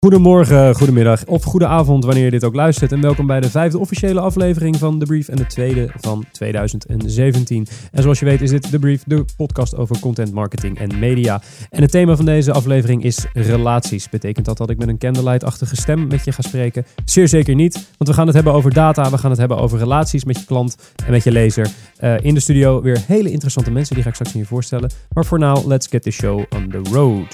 Goedemorgen, goedemiddag of goede avond wanneer je dit ook luistert. En welkom bij de 5e officiële aflevering van The Brief en de 2e van 2017. En zoals je weet is dit The Brief, de podcast over content marketing en media. En het thema van deze aflevering is relaties. Betekent dat ik met een candlelight-achtige stem met je ga spreken? Zeer zeker niet, want we gaan het hebben over data, we gaan het hebben over relaties met je klant en met je lezer. In de studio weer hele interessante mensen, die ga ik straks aan je voorstellen. Maar voor now, let's get the show on the road.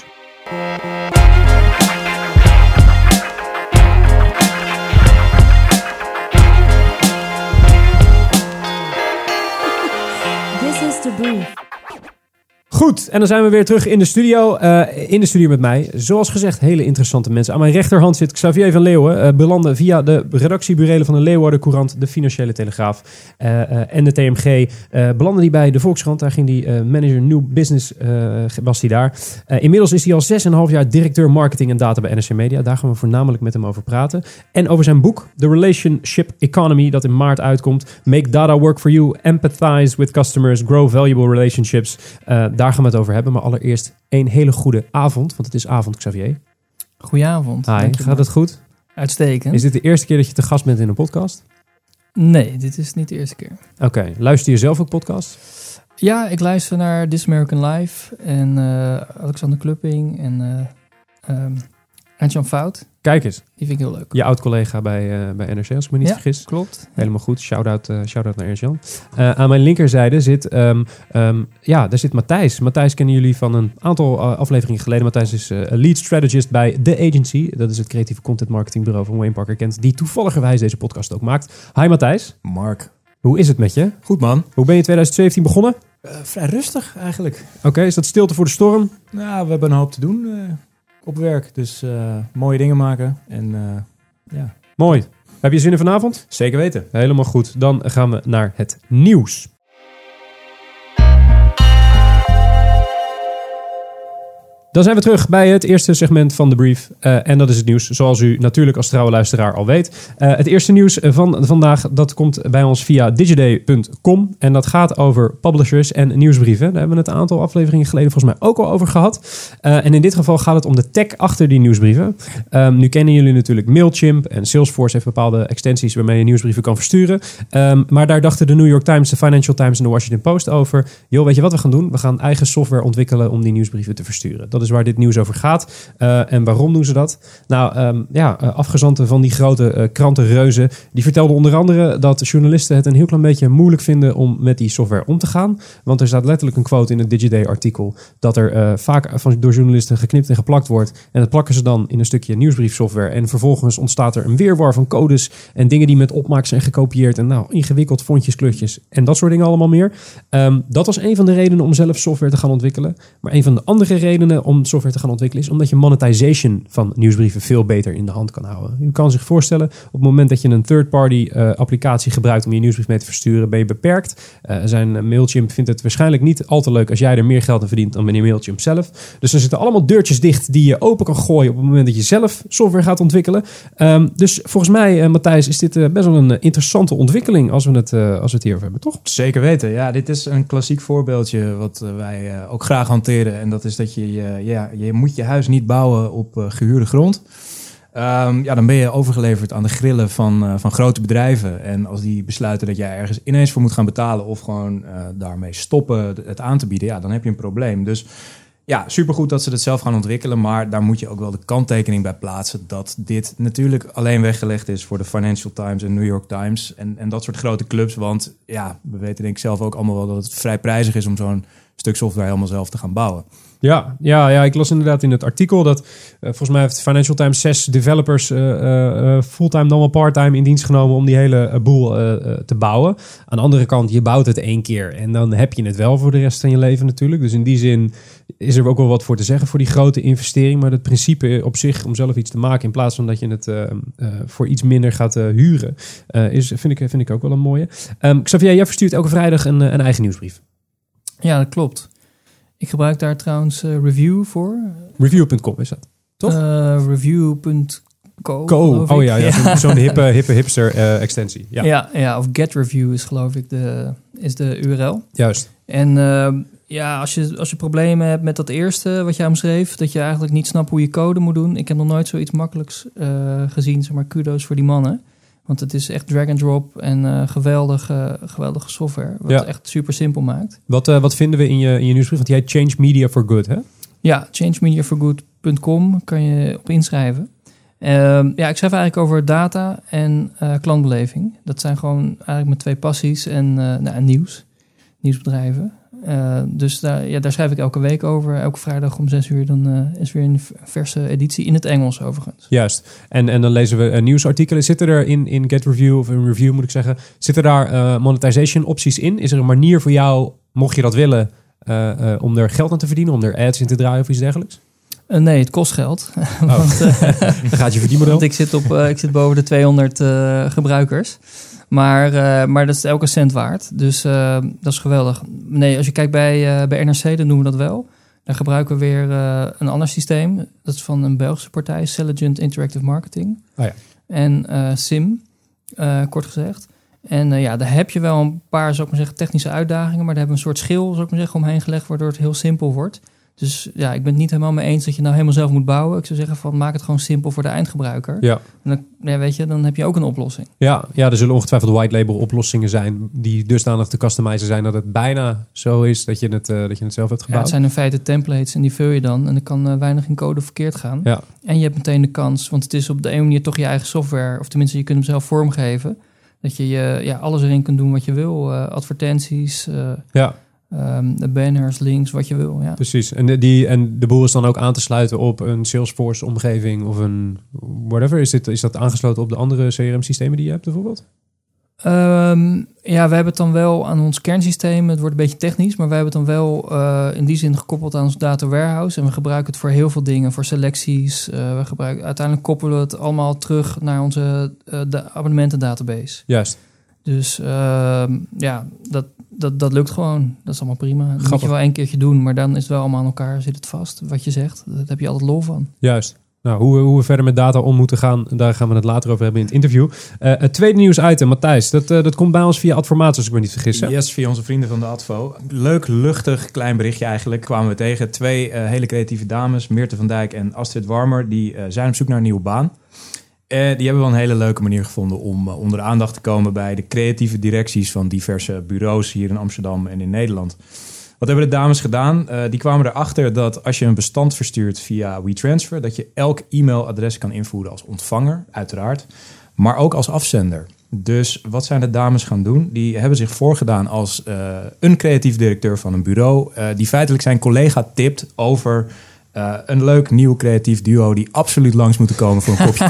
Goed, en dan zijn we weer terug in de studio. In de studio met mij. Zoals gezegd, hele interessante mensen. Aan mijn rechterhand zit Xavier van Leeuwen. Belanden via de redactieburelen van de Leeuwarden Courant, de Financiële Telegraaf en de TMG. Belanden die bij de Volkskrant. Daar ging die manager New Business, was hij daar. Inmiddels is hij al 6,5 jaar directeur marketing en data bij NRC Media. Daar gaan we voornamelijk met hem over praten. En over zijn boek, The Relationship Economy, dat in maart uitkomt. Make data work for you, empathize with customers, grow valuable relationships. Daar gaan we het over hebben, maar allereerst een hele goede avond, want het is avond, Xavier. Goedenavond. Hi, gaat het goed? Uitstekend. Is dit de eerste keer dat je te gast bent in een podcast? Nee, dit is niet de eerste keer. Oké, luister je zelf ook podcasts? Ja, ik luister naar This American Life en Alexander Klupping en Ernst-Jan Fout. Kijk eens. Die vind ik heel leuk. Je oud-collega bij NRC, als ik me niet vergis. Klopt. Helemaal goed. Shout-out naar Ernst-Jan. Aan mijn linkerzijde zit, daar zit Matthijs. Matthijs kennen jullie van een aantal afleveringen geleden. Matthijs is lead strategist bij The Agency. Dat is het creatieve content marketingbureau van Wayne Parker Kent, die toevalligerwijs deze podcast ook maakt. Hi Matthijs. Mark. Hoe is het met je? Goed man. Hoe ben je 2017 begonnen? Vrij rustig eigenlijk. Oké, is dat stilte voor de storm? Nou, we hebben een hoop te doen op werk. Dus mooie dingen maken. En ja. Mooi. Heb je zin in vanavond? Zeker weten. Helemaal goed. Dan gaan we naar het nieuws. Dan zijn we terug bij het eerste segment van de brief. En dat is het nieuws, zoals u natuurlijk als trouwe luisteraar al weet. Het eerste nieuws van vandaag, dat komt bij ons via digiday.com. En dat gaat over publishers en nieuwsbrieven. Daar hebben we het een aantal afleveringen geleden volgens mij ook al over gehad. En in dit geval gaat het om de tech achter die nieuwsbrieven. Nu kennen jullie natuurlijk Mailchimp en Salesforce heeft bepaalde extensies waarmee je nieuwsbrieven kan versturen. Maar daar dachten de New York Times, de Financial Times en de Washington Post over. Joh, weet je wat we gaan doen? We gaan eigen software ontwikkelen om die nieuwsbrieven te versturen. Dat is waar dit nieuws over gaat. En waarom doen ze dat? Nou, afgezanten van die grote krantenreuzen, die vertelden onder andere dat journalisten het een heel klein beetje moeilijk vinden om met die software om te gaan. Want er staat letterlijk een quote in het Digiday-artikel dat er vaak door journalisten geknipt en geplakt wordt. En dat plakken ze dan in een stukje nieuwsbriefsoftware. En vervolgens ontstaat er een wirwar van codes en dingen die met opmaak zijn gekopieerd. En ingewikkeld fontjes, kleurtjes en dat soort dingen allemaal meer. Dat was een van de redenen om zelf software te gaan ontwikkelen. Maar een van de andere redenen om software te gaan ontwikkelen is omdat je monetization van nieuwsbrieven veel beter in de hand kan houden. U kan zich voorstellen, op het moment dat je een third-party applicatie gebruikt om je nieuwsbrief mee te versturen, ben je beperkt. Zijn Mailchimp vindt het waarschijnlijk niet al te leuk als jij er meer geld aan verdient dan meneer Mailchimp zelf. Dus er zitten allemaal deurtjes dicht die je open kan gooien op het moment dat je zelf software gaat ontwikkelen. Dus volgens mij, Matthijs, is dit best wel een interessante ontwikkeling als we het hierover hebben, toch? Zeker weten. Ja, dit is een klassiek voorbeeldje wat wij ook graag hanteren. En dat is dat je moet je huis niet bouwen op gehuurde grond. Dan ben je overgeleverd aan de grillen van grote bedrijven. En als die besluiten dat jij ergens ineens voor moet gaan betalen of gewoon daarmee stoppen het aan te bieden, dan heb je een probleem. Dus ja, supergoed dat ze het zelf gaan ontwikkelen, maar daar moet je ook wel de kanttekening bij plaatsen dat dit natuurlijk alleen weggelegd is voor de Financial Times en New York Times en dat soort grote clubs. Want ja, we weten denk ik zelf ook allemaal wel dat het vrij prijzig is om zo'n stuk software helemaal zelf te gaan bouwen. Ja, ik las inderdaad in het artikel dat volgens mij heeft Financial Times 6 developers fulltime dan wel parttime in dienst genomen om die hele boel te bouwen. Aan de andere kant, je bouwt het 1 keer en dan heb je het wel voor de rest van je leven natuurlijk. Dus in die zin is er ook wel wat voor te zeggen voor die grote investering. Maar het principe op zich om zelf iets te maken in plaats van dat je het voor iets minder gaat huren, vind ik ook wel een mooie. Xavier, jij verstuurt elke vrijdag een eigen nieuwsbrief. Ja, dat klopt. Ik gebruik daar trouwens Review voor. Review.com is dat, toch? Review.co. Oh ja. Zo'n hippe hipster extensie. Ja, of GetReview is geloof ik de URL. Juist. En Ja, als je problemen hebt met dat eerste wat jij omschreef, dat je eigenlijk niet snapt hoe je code moet doen. Ik heb nog nooit zoiets makkelijks gezien, zeg maar, kudos voor die mannen. Want het is echt drag and drop en geweldige software, wat echt super simpel maakt. Wat vinden we in je nieuwsbrief? Want jij Change Media for Good, hè? Ja, changemediaforgood.com kan je op inschrijven. Ik schrijf eigenlijk over data en klantbeleving. Dat zijn gewoon eigenlijk mijn 2 passies en nieuwsbedrijven. Dus daar schrijf ik elke week over. Elke vrijdag om 6 uur dan is weer een verse editie in het Engels overigens. Juist. En dan lezen we nieuwsartikelen. Zitten er in GetReview, of in Review moet ik zeggen, zitten daar monetization opties in? Is er een manier voor jou, mocht je dat willen, om er geld aan te verdienen, om er ads in te draaien of iets dergelijks? Nee, het kost geld. Want, dan gaat je verdienmodel. Want ik zit boven de 200 gebruikers. Maar dat is elke cent waard. Dus dat is geweldig. Nee, als je kijkt bij NRC, dan doen we dat wel. Daar gebruiken we weer een ander systeem. Dat is van een Belgische partij, Selligent Interactive Marketing. Oh ja. En SIM, kort gezegd. En daar heb je wel een paar, zou ik maar zeggen, technische uitdagingen. Maar daar hebben we een soort schil, zou ik maar zeggen, omheen gelegd, waardoor het heel simpel wordt. Dus ja, ik ben het niet helemaal mee eens dat je nou helemaal zelf moet bouwen. Ik zou zeggen van maak het gewoon simpel voor de eindgebruiker. Ja. En dan heb je ook een oplossing. Ja, er zullen ongetwijfeld white label oplossingen zijn die dusdanig te customizen zijn dat het bijna zo is dat je het zelf hebt gebouwd. Ja, het zijn in feite templates en die vul je dan en er kan weinig in code verkeerd gaan. Ja. En je hebt meteen de kans, want het is op de ene manier toch je eigen software, of tenminste je kunt hem zelf vormgeven. Dat je alles erin kunt doen wat je wil. Advertenties, de banners, links, wat je wil. Ja. Precies. En de boel is dan ook aan te sluiten op een Salesforce-omgeving of een whatever. Is dat aangesloten op de andere CRM-systemen die je hebt bijvoorbeeld? We hebben het dan wel aan ons kernsysteem. Het wordt een beetje technisch, maar we hebben het dan wel in die zin gekoppeld aan ons data warehouse. En we gebruiken het voor heel veel dingen, voor selecties. Uiteindelijk koppelen we het allemaal terug naar onze abonnementendatabase. Juist. Dus dat lukt gewoon. Dat is allemaal prima. Dat moet je wel 1 keertje doen, maar dan is het wel allemaal aan elkaar, zit het vast. Wat je zegt, daar heb je altijd lol van. Juist. Nou, hoe we verder met data om moeten gaan, daar gaan we het later over hebben in het interview. Het tweede nieuwsitem, Matthijs, dat komt bij ons via Adformaat, als ik me niet vergis. Hè? Yes, via onze vrienden van de Advo. Leuk, luchtig, klein berichtje eigenlijk. Kwamen we tegen 2 hele creatieve dames, Meerte van Dijk en Astrid Warmer. Die zijn op zoek naar een nieuwe baan. Die hebben wel een hele leuke manier gevonden om onder de aandacht te komen bij de creatieve directies van diverse bureaus hier in Amsterdam en in Nederland. Wat hebben de dames gedaan? Die kwamen erachter dat als je een bestand verstuurt via WeTransfer, dat je elk e-mailadres kan invoeren als ontvanger, uiteraard, maar ook als afzender. Dus wat zijn de dames gaan doen? Die hebben zich voorgedaan als een creatief directeur van een bureau, die feitelijk zijn collega tipt over een leuk nieuw creatief duo die absoluut langs moeten komen voor een kopje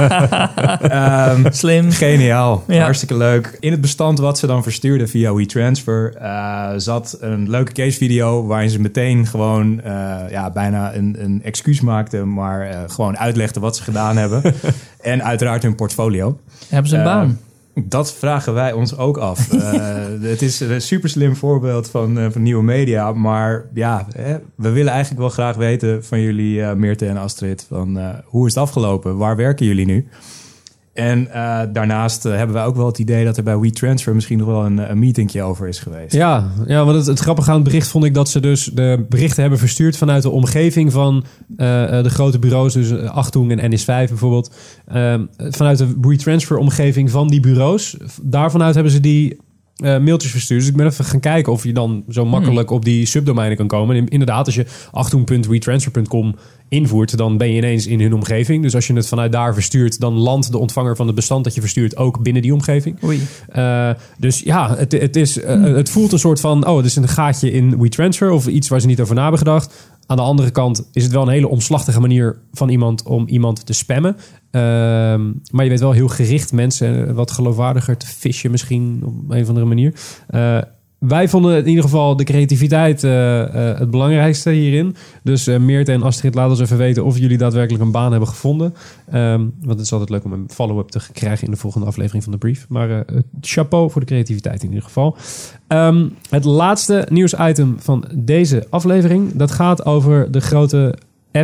koffie. Slim. Geniaal. Ja. Hartstikke leuk. In het bestand wat ze dan verstuurden via WeTransfer zat een leuke casevideo waarin ze meteen gewoon bijna een excuus maakten, maar gewoon uitlegden wat ze gedaan hebben. En uiteraard hun portfolio. Hebben ze een baan? Dat vragen wij ons ook af. Het is een super slim voorbeeld van nieuwe media. Maar we willen eigenlijk wel graag weten van jullie, Meerte en Astrid, van hoe is het afgelopen? Waar werken jullie nu? En daarnaast hebben wij ook wel het idee dat er bij WeTransfer misschien nog wel een meetingje over is geweest. Ja, want het grappige aan het bericht vond ik dat ze dus de berichten hebben verstuurd vanuit de omgeving van de grote bureaus, dus Achtung en NS5 bijvoorbeeld. Vanuit de WeTransfer-omgeving van die bureaus. Daarvanuit hebben ze die mailtjes verstuurd. Dus ik ben even gaan kijken of je dan zo makkelijk op die subdomeinen kan komen. En inderdaad, als je achtung.wetransfer.com invoert, dan ben je ineens in hun omgeving. Dus als je het vanuit daar verstuurt, dan landt de ontvanger van het bestand dat je verstuurt ook binnen die omgeving. Oei. Dus ja, het voelt een soort van, het is een gaatje in WeTransfer of iets waar ze niet over na hebben gedacht. Aan de andere kant is het wel een hele omslachtige manier van iemand om iemand te spammen. Maar je weet wel heel gericht mensen wat geloofwaardiger te fishen misschien op een of andere manier. Wij vonden in ieder geval de creativiteit het belangrijkste hierin. Dus Meerte en Astrid, laat ons even weten of jullie daadwerkelijk een baan hebben gevonden. Want het is altijd leuk om een follow-up te krijgen in de volgende aflevering van de brief. Maar chapeau voor de creativiteit in ieder geval. Het laatste nieuwsitem van deze aflevering. Dat gaat over de grote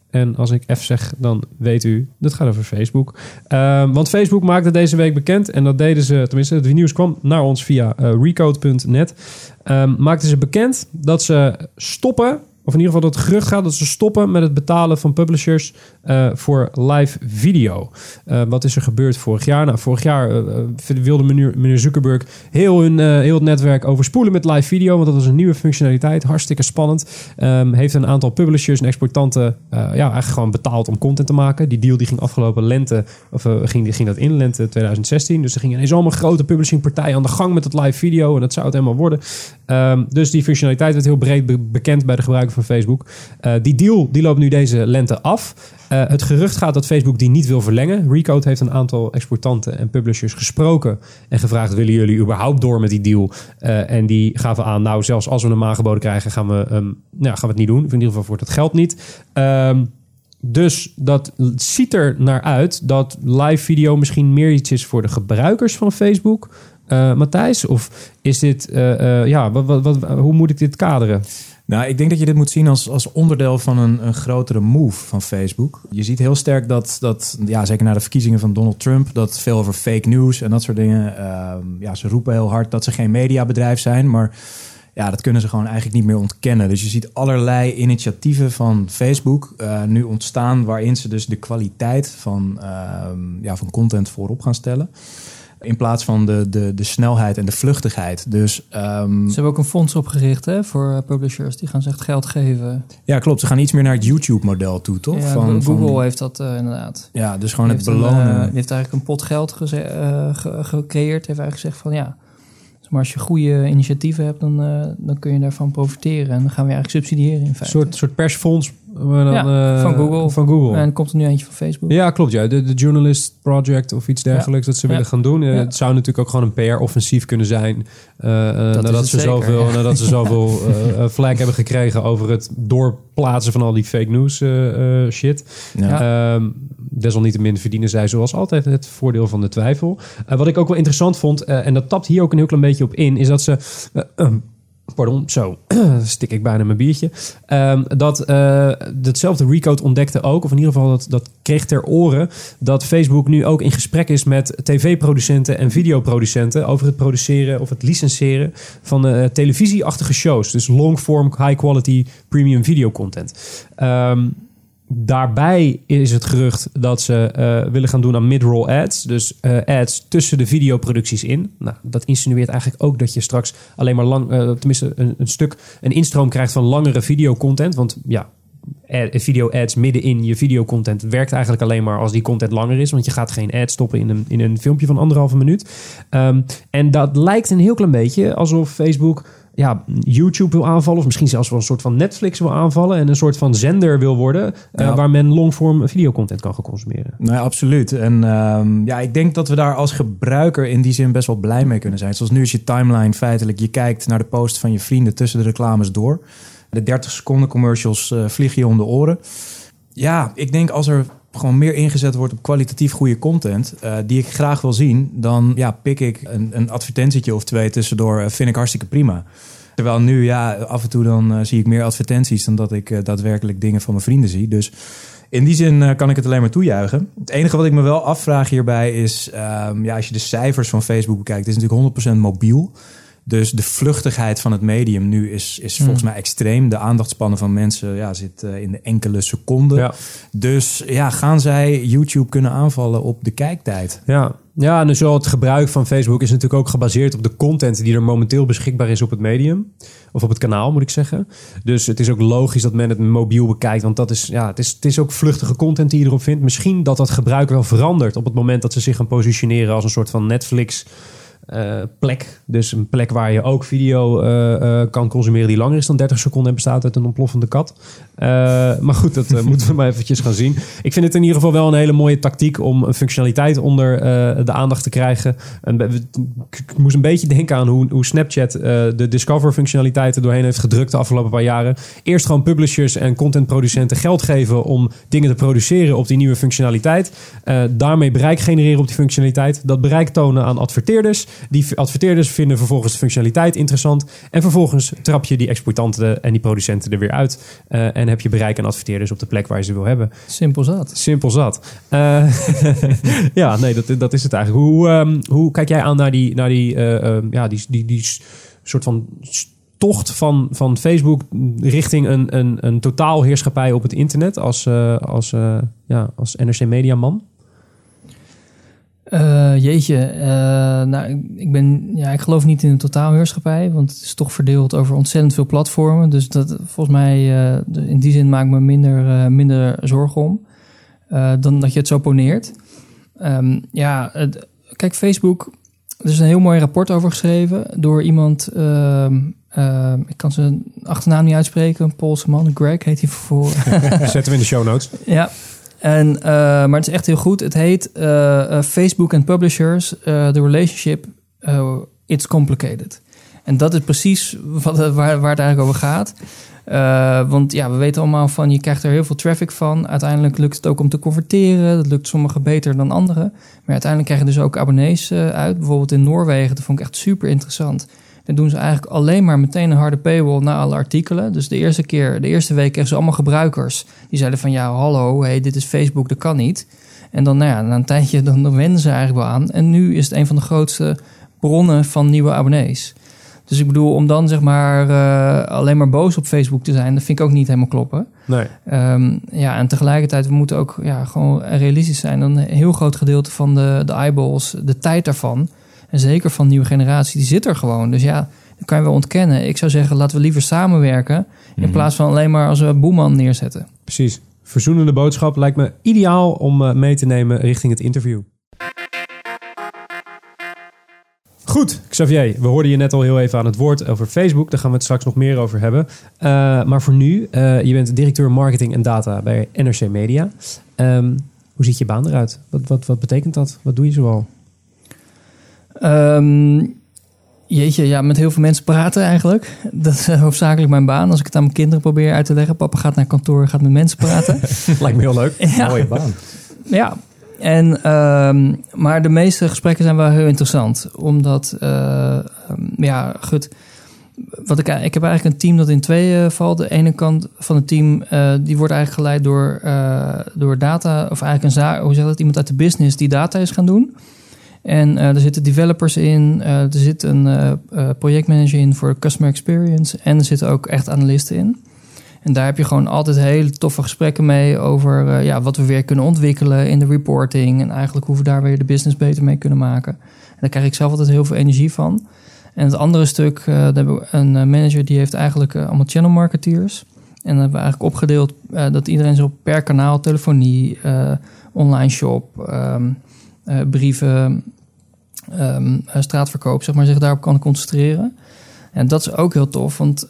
En als ik F zeg, dan weet u, dat gaat over Facebook. Want Facebook maakte deze week bekend, en dat deden ze, tenminste het nieuws kwam naar ons via recode.net. Maakten ze bekend dat ze stoppen, of in ieder geval dat het gerucht gaat dat ze stoppen met het betalen van publishers voor live video. Wat is er gebeurd vorig jaar? Nou, vorig jaar wilde meneer Zuckerberg heel het netwerk overspoelen met live video, want dat was een nieuwe functionaliteit, hartstikke spannend. Heeft een aantal publishers en exploitanten eigenlijk gewoon betaald om content te maken. Die deal die ging afgelopen lente, ging dat in lente 2016. Dus er gingen ineens allemaal grote publishingpartijen aan de gang met het live video en dat zou het helemaal worden. Dus die functionaliteit werd heel breed bekend bij de gebruiker van Facebook. Die deal die loopt nu deze lente af. Het gerucht gaat dat Facebook die niet wil verlengen. Recode heeft een aantal exploitanten en publishers gesproken en gevraagd, willen jullie überhaupt door met die deal? En die gaven aan, nou, zelfs als we hem aangeboden krijgen, gaan we het niet doen. In ieder geval voor het geld niet. Dus dat ziet er naar uit dat live video misschien meer iets is voor de gebruikers van Facebook. Matthijs, of is dit, hoe moet ik dit kaderen? Nou, ik denk dat je dit moet zien als onderdeel van een grotere move van Facebook. Je ziet heel sterk dat zeker na de verkiezingen van Donald Trump, dat veel over fake news en dat soort dingen. Ze roepen heel hard dat ze geen mediabedrijf zijn, maar ja, dat kunnen ze gewoon eigenlijk niet meer ontkennen. Dus je ziet allerlei initiatieven van Facebook nu ontstaan waarin ze dus de kwaliteit van content voorop gaan stellen. In plaats van de snelheid en de vluchtigheid. Dus, Ze hebben ook een fonds opgericht voor publishers. Die gaan ze echt geld geven. Ja, klopt. Ze gaan iets meer naar het YouTube-model toe, toch? Ja, Google heeft dat inderdaad. Ja, dus gewoon het belonen. Die heeft eigenlijk een pot geld gecreëerd. Heeft eigenlijk gezegd van ja, maar als je goede initiatieven hebt, dan kun je daarvan profiteren. En dan gaan we eigenlijk subsidiëren in feite. Een soort persfonds. Van Google. En komt er nu eentje van Facebook. Ja, klopt. Ja. De Journalist Project of iets dergelijks dat ze willen gaan doen. Het zou natuurlijk ook gewoon een PR-offensief kunnen zijn. Nadat ze zoveel flag hebben gekregen over het doorplaatsen van al die fake news shit. Ja. Desalniettemin verdienen zij zoals altijd het voordeel van de twijfel. Wat ik ook wel interessant vond, en dat tapt hier ook een heel klein beetje op in, is dat ze... zo stik ik bijna mijn biertje. Datzelfde Recode ontdekte ook, of in ieder geval dat kreeg ter oren, dat Facebook nu ook in gesprek is met tv-producenten en videoproducenten over het produceren of het licenseren van televisieachtige shows. Dus long-form, high-quality, premium videocontent. Daarbij is het gerucht dat ze willen gaan doen aan mid-roll ads. Dus ads tussen de videoproducties in. Nou, dat insinueert eigenlijk ook dat je straks alleen maar een instroom krijgt van langere videocontent. Want ja, video-ads midden in je videocontent werkt eigenlijk alleen maar als die content langer is. Want je gaat geen ad stoppen in een filmpje van 1,5 minuut. En dat lijkt een heel klein beetje alsof Facebook YouTube wil aanvallen, of misschien zelfs wel een soort van Netflix wil aanvallen en een soort van zender wil worden waar men longform videocontent kan gaan consumeren. Nou ja, absoluut. En ik denk dat we daar als gebruiker in die zin best wel blij mee kunnen zijn. Zoals nu is je timeline feitelijk, je kijkt naar de post van je vrienden tussen de reclames door. De 30 seconden commercials vliegen je om de oren. Ja, ik denk als er gewoon meer ingezet wordt op kwalitatief goede content die ik graag wil zien, dan pik ik een advertentietje of 2 tussendoor, vind ik hartstikke prima. Terwijl nu, af en toe dan zie ik meer advertenties dan dat ik daadwerkelijk dingen van mijn vrienden zie. Dus in die zin kan ik het alleen maar toejuichen. Het enige wat ik me wel afvraag hierbij is, als je de cijfers van Facebook bekijkt, het is natuurlijk 100% mobiel. Dus de vluchtigheid van het medium nu is volgens mij extreem. De aandachtspannen van mensen zit in de enkele seconden. Ja. Dus gaan zij YouTube kunnen aanvallen op de kijktijd? Ja, en dus wel het gebruik van Facebook is natuurlijk ook gebaseerd op de content die er momenteel beschikbaar is op het medium. Of op het kanaal, moet ik zeggen. Dus het is ook logisch dat men het mobiel bekijkt. Want dat is, het is ook vluchtige content die je erop vindt. Misschien dat gebruik wel verandert op het moment dat ze zich gaan positioneren als een soort van Netflix plek. Dus een plek waar je ook video kan consumeren die langer is dan 30 seconden en bestaat uit een ontploffende kat. Maar goed, dat moeten we maar eventjes gaan zien. Ik vind het in ieder geval wel een hele mooie tactiek om een functionaliteit onder de aandacht te krijgen. Ik moest een beetje denken aan hoe Snapchat de Discover functionaliteiten doorheen heeft gedrukt de afgelopen paar jaren. Eerst gewoon publishers en contentproducenten geld geven om dingen te produceren op die nieuwe functionaliteit. Daarmee bereik genereren op die functionaliteit. Dat bereik tonen aan adverteerders. Die adverteerders vinden vervolgens de functionaliteit interessant. En vervolgens trap je die exploitanten en die producenten er weer uit. En heb je bereik aan adverteerders op de plek waar je ze wil hebben. Simpel zat. Ja, nee, dat is het eigenlijk. Hoe kijk jij aan naar die soort van tocht van Facebook richting een totaalheerschappij op het internet als NRC Media man? Ik geloof niet in een totaalheerschappij, want het is toch verdeeld over ontzettend veel platformen. Dus dat volgens mij in die zin maak ik me minder zorgen om dan dat je het zo poneert. Kijk, Facebook, er is een heel mooi rapport over geschreven door iemand, ik kan zijn achternaam niet uitspreken, een Poolse man, Greg heet hij voor. Zetten we in de show notes. Ja. Maar het is echt heel goed. Het heet Facebook and Publishers, the relationship, it's complicated. En dat is precies waar het eigenlijk over gaat. Want we weten allemaal van, je krijgt er heel veel traffic van. Uiteindelijk lukt het ook om te converteren. Dat lukt sommigen beter dan anderen. Maar uiteindelijk krijg je dus ook abonnees uit. Bijvoorbeeld in Noorwegen, dat vond ik echt super interessant. Dan doen ze eigenlijk alleen maar meteen een harde paywall naar alle artikelen. Dus de eerste week kregen ze allemaal gebruikers. Die zeiden van, hallo, dit is Facebook, dat kan niet. En dan, na een tijdje, dan wennen ze eigenlijk wel aan. En nu is het een van de grootste bronnen van nieuwe abonnees. Dus ik bedoel, om dan alleen maar boos op Facebook te zijn, dat vind ik ook niet helemaal kloppen. Nee. En tegelijkertijd, we moeten ook gewoon realistisch zijn. Een heel groot gedeelte van de eyeballs, de tijd daarvan, en zeker van de nieuwe generatie, die zit er gewoon. Dus dat kan je wel ontkennen. Ik zou zeggen, laten we liever samenwerken in plaats van alleen maar als we boeman neerzetten. Precies. Verzoenende boodschap lijkt me ideaal om mee te nemen richting het interview. Goed, Xavier, we hoorden je net al heel even aan het woord over Facebook. Daar gaan we het straks nog meer over hebben. Maar voor nu, je bent directeur marketing en data bij NRC Media. Hoe ziet je baan eruit? Wat betekent dat? Wat doe je zoal? Met heel veel mensen praten eigenlijk. Dat is hoofdzakelijk mijn baan. Als ik het aan mijn kinderen probeer uit te leggen. Papa gaat naar kantoor, gaat met mensen praten. Lijkt me heel leuk. Ja. Mooie baan. Ja. Maar de meeste gesprekken zijn wel heel interessant. Omdat, ik heb eigenlijk een team dat in twee valt. De ene kant van het team, die wordt eigenlijk geleid door data. Of eigenlijk iemand uit de business die data is gaan doen. En er zitten developers in, er zit een projectmanager in voor customer experience. En er zitten ook echt analisten in. En daar heb je gewoon altijd hele toffe gesprekken mee over wat we weer kunnen ontwikkelen in de reporting. En eigenlijk hoe we daar weer de business beter mee kunnen maken. En daar krijg ik zelf altijd heel veel energie van. En het andere stuk, daar hebben we een manager die heeft eigenlijk allemaal channel marketeers. En dan hebben we eigenlijk opgedeeld dat iedereen zo per kanaal, telefonie, online shop, brieven, straatverkoop, zich daarop kan concentreren. En dat is ook heel tof, want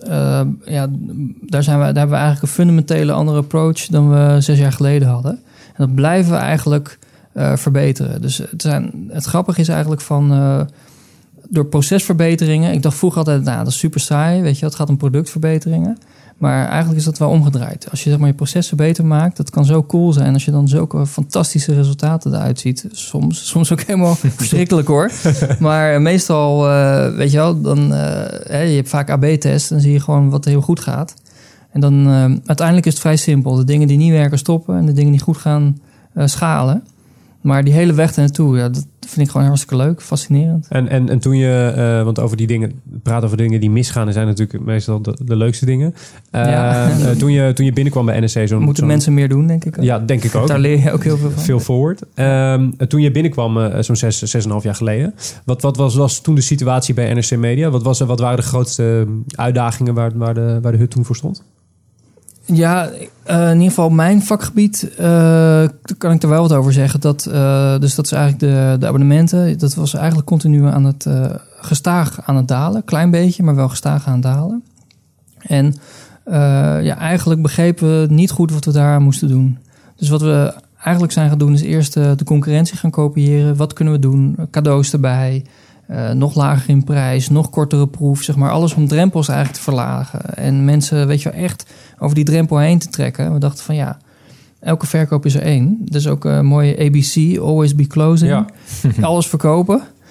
daar hebben we eigenlijk een fundamentele andere approach dan we 6 jaar geleden hadden. En dat blijven we eigenlijk verbeteren. Dus het grappige is eigenlijk door procesverbeteringen. Ik dacht vroeger altijd, dat is super saai, weet je, het gaat om productverbeteringen. Maar eigenlijk is dat wel omgedraaid. Als je je processen beter maakt, dat kan zo cool zijn als je dan zulke fantastische resultaten eruit ziet. Soms ook helemaal verschrikkelijk hoor. Maar meestal, weet je wel, dan je hebt vaak AB-tests, dan zie je gewoon wat heel goed gaat. En dan uiteindelijk is het vrij simpel. De dingen die niet werken stoppen en de dingen die goed gaan schalen. Maar die hele weg ernaartoe, dat vind ik gewoon hartstikke leuk, fascinerend. En toen je, want over die dingen, praten over dingen die misgaan, zijn natuurlijk meestal de leukste dingen. Toen je binnenkwam bij NRC, moeten mensen meer doen, denk ik ook. Ja, denk ik ook. Daar leer je ook heel veel van. Veel forward. Toen je binnenkwam, zo'n 6,5 jaar geleden, wat was toen de situatie bij NRC Media? Wat waren de grootste uitdagingen waar de hut toen voor stond? Ja, in ieder geval mijn vakgebied kan ik er wel wat over zeggen. Dus dat is eigenlijk de abonnementen. Dat was eigenlijk continu gestaag aan het dalen. Klein beetje, maar wel gestaag aan het dalen. En eigenlijk begrepen we niet goed wat we daar moesten doen. Dus wat we eigenlijk zijn gaan doen is eerst de concurrentie gaan kopiëren. Wat kunnen we doen? Cadeaus erbij. Nog lager in prijs, nog kortere proef. Alles om drempels eigenlijk te verlagen. En mensen, weet je wel, echt over die drempel heen te trekken. We dachten van elke verkoop is er 1. Dus ook een mooie ABC, always be closing. Ja. Alles verkopen.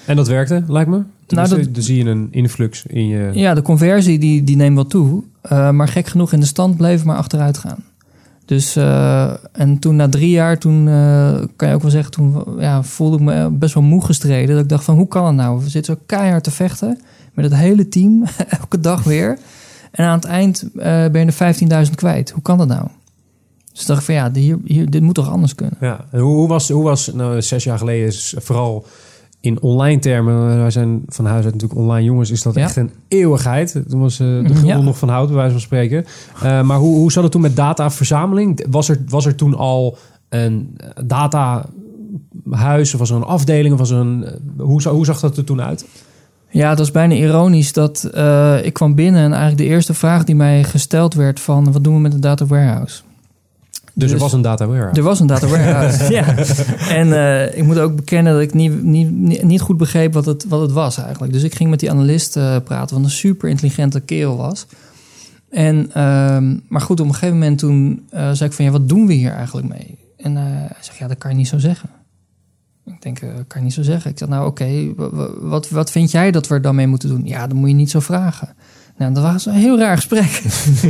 En dat werkte, lijkt me? Dan zie je een influx in je... Ja, de conversie die neemt wel toe. Maar gek genoeg in de stand bleef maar achteruit gaan. Dus, en toen na 3 jaar, toen kan je ook wel zeggen... toen voelde ik me best wel moe gestreden. Dat ik dacht van, hoe kan het nou? We zitten zo keihard te vechten met het hele team. Elke dag weer. En aan het eind ben je er 15.000 kwijt. Hoe kan dat nou? Dus dacht ik van ja, dit moet toch anders kunnen. Ja, en hoe was nou, 6 jaar geleden is vooral in online termen, wij zijn van huis uit natuurlijk online jongens, is dat echt een eeuwigheid. Toen was de gulden nog van hout, bij wijze van spreken. Maar hoe zat het toen met dataverzameling? Was er toen al een datahuis of was er een afdeling? Of was er hoe zag dat er toen uit? Ja, dat is bijna ironisch dat ik kwam binnen en eigenlijk de eerste vraag die mij gesteld werd van wat doen we met een data warehouse? Dus er was een data warehouse? Er was een data warehouse, ja. En ik moet ook bekennen dat ik niet goed begreep wat het was eigenlijk. Dus ik ging met die analist praten, wat een super intelligente kerel was. En, maar goed, op een gegeven moment toen zei ik van ja, wat doen we hier eigenlijk mee? En hij zegt ja, dat kan je niet zo zeggen. Ik denk, kan je niet zo zeggen. Ik zeg nou oké, wat vind jij dat we er dan mee moeten doen? Ja, dan moet je niet zo vragen. Nou, dat was een heel raar gesprek.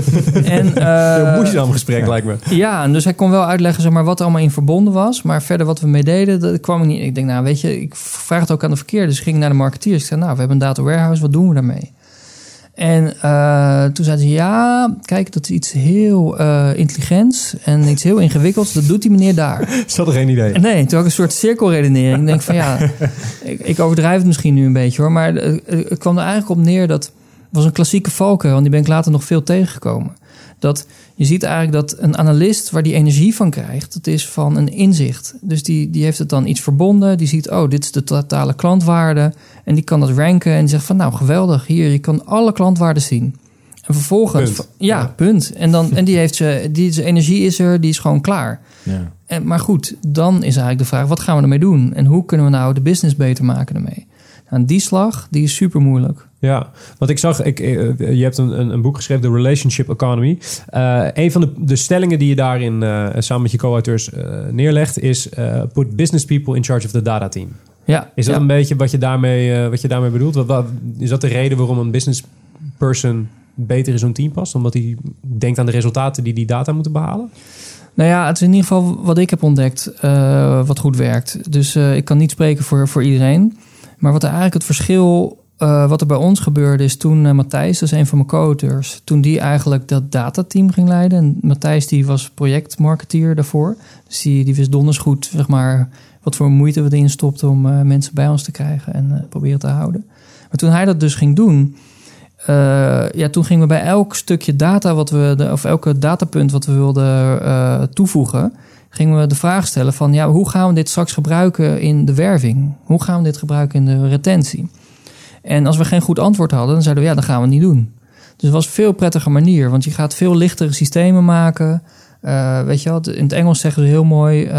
Heel moeizaam gesprek, lijkt me. Ja, en dus hij kon wel uitleggen zeg maar, wat er allemaal in verbonden was. Maar verder wat we mee deden, dat kwam ik niet. Ik denk, nou weet je, ik vraag het ook aan de verkeerde. Dus ik ging naar de marketeers. Ik zei, nou, we hebben een data warehouse, wat doen we daarmee? En toen zeiden ze, ja, kijk, dat is iets heel intelligents en iets heel ingewikkelds. Dat doet die meneer daar. Ze hadden geen idee. Nee, toen had ik een soort cirkelredenering. Ik denk van ja, ik overdrijf het misschien nu een beetje hoor. Maar het kwam er eigenlijk op neer dat... was een klassieke valkuil, want die ben ik later nog veel tegengekomen. Dat je ziet eigenlijk dat een analist waar die energie van krijgt, dat is van een inzicht. Dus die heeft het dan iets verbonden. Die ziet, oh, dit is de totale klantwaarde. En die kan dat ranken en die zegt van, nou, geweldig. Hier, je kan alle klantwaarden zien. En vervolgens... Punt. Punt. En die heeft zijn energie is er, die is gewoon klaar. Ja. Maar goed, dan is eigenlijk de vraag, wat gaan we ermee doen? En hoe kunnen we nou de business beter maken ermee? Nou, die slag, die is super moeilijk. Ja, want ik zag, je hebt een boek geschreven, The Relationship Economy. Een van de stellingen die je daarin samen met je co-auteurs neerlegt is put business people in charge of the data team. Ja, is dat een beetje wat je daarmee bedoelt? Is dat de reden waarom een business person beter in zo'n team past? Omdat hij denkt aan de resultaten die data moeten behalen? Nou ja, het is in ieder geval wat ik heb ontdekt wat goed werkt. Dus ik kan niet spreken voor iedereen. Maar wat er eigenlijk het verschil... wat er bij ons gebeurde is toen Matthijs, dat is een van mijn co-auteurs... toen die eigenlijk dat datateam ging leiden. En Matthijs die was projectmarketeer daarvoor. Dus die wist donders goed, zeg maar... wat voor moeite we erin stopten om mensen bij ons te krijgen... en proberen te houden. Maar toen hij dat dus ging doen... toen gingen we bij elk stukje data of elke datapunt wat we wilden toevoegen... gingen we de vraag stellen van... ja, hoe gaan we dit straks gebruiken in de werving? Hoe gaan we dit gebruiken in de retentie? En als we geen goed antwoord hadden, dan zeiden we... ja, dan gaan we het niet doen. Dus het was een veel prettige manier. Want je gaat veel lichtere systemen maken. Weet je wel, in het Engels zeggen ze heel mooi...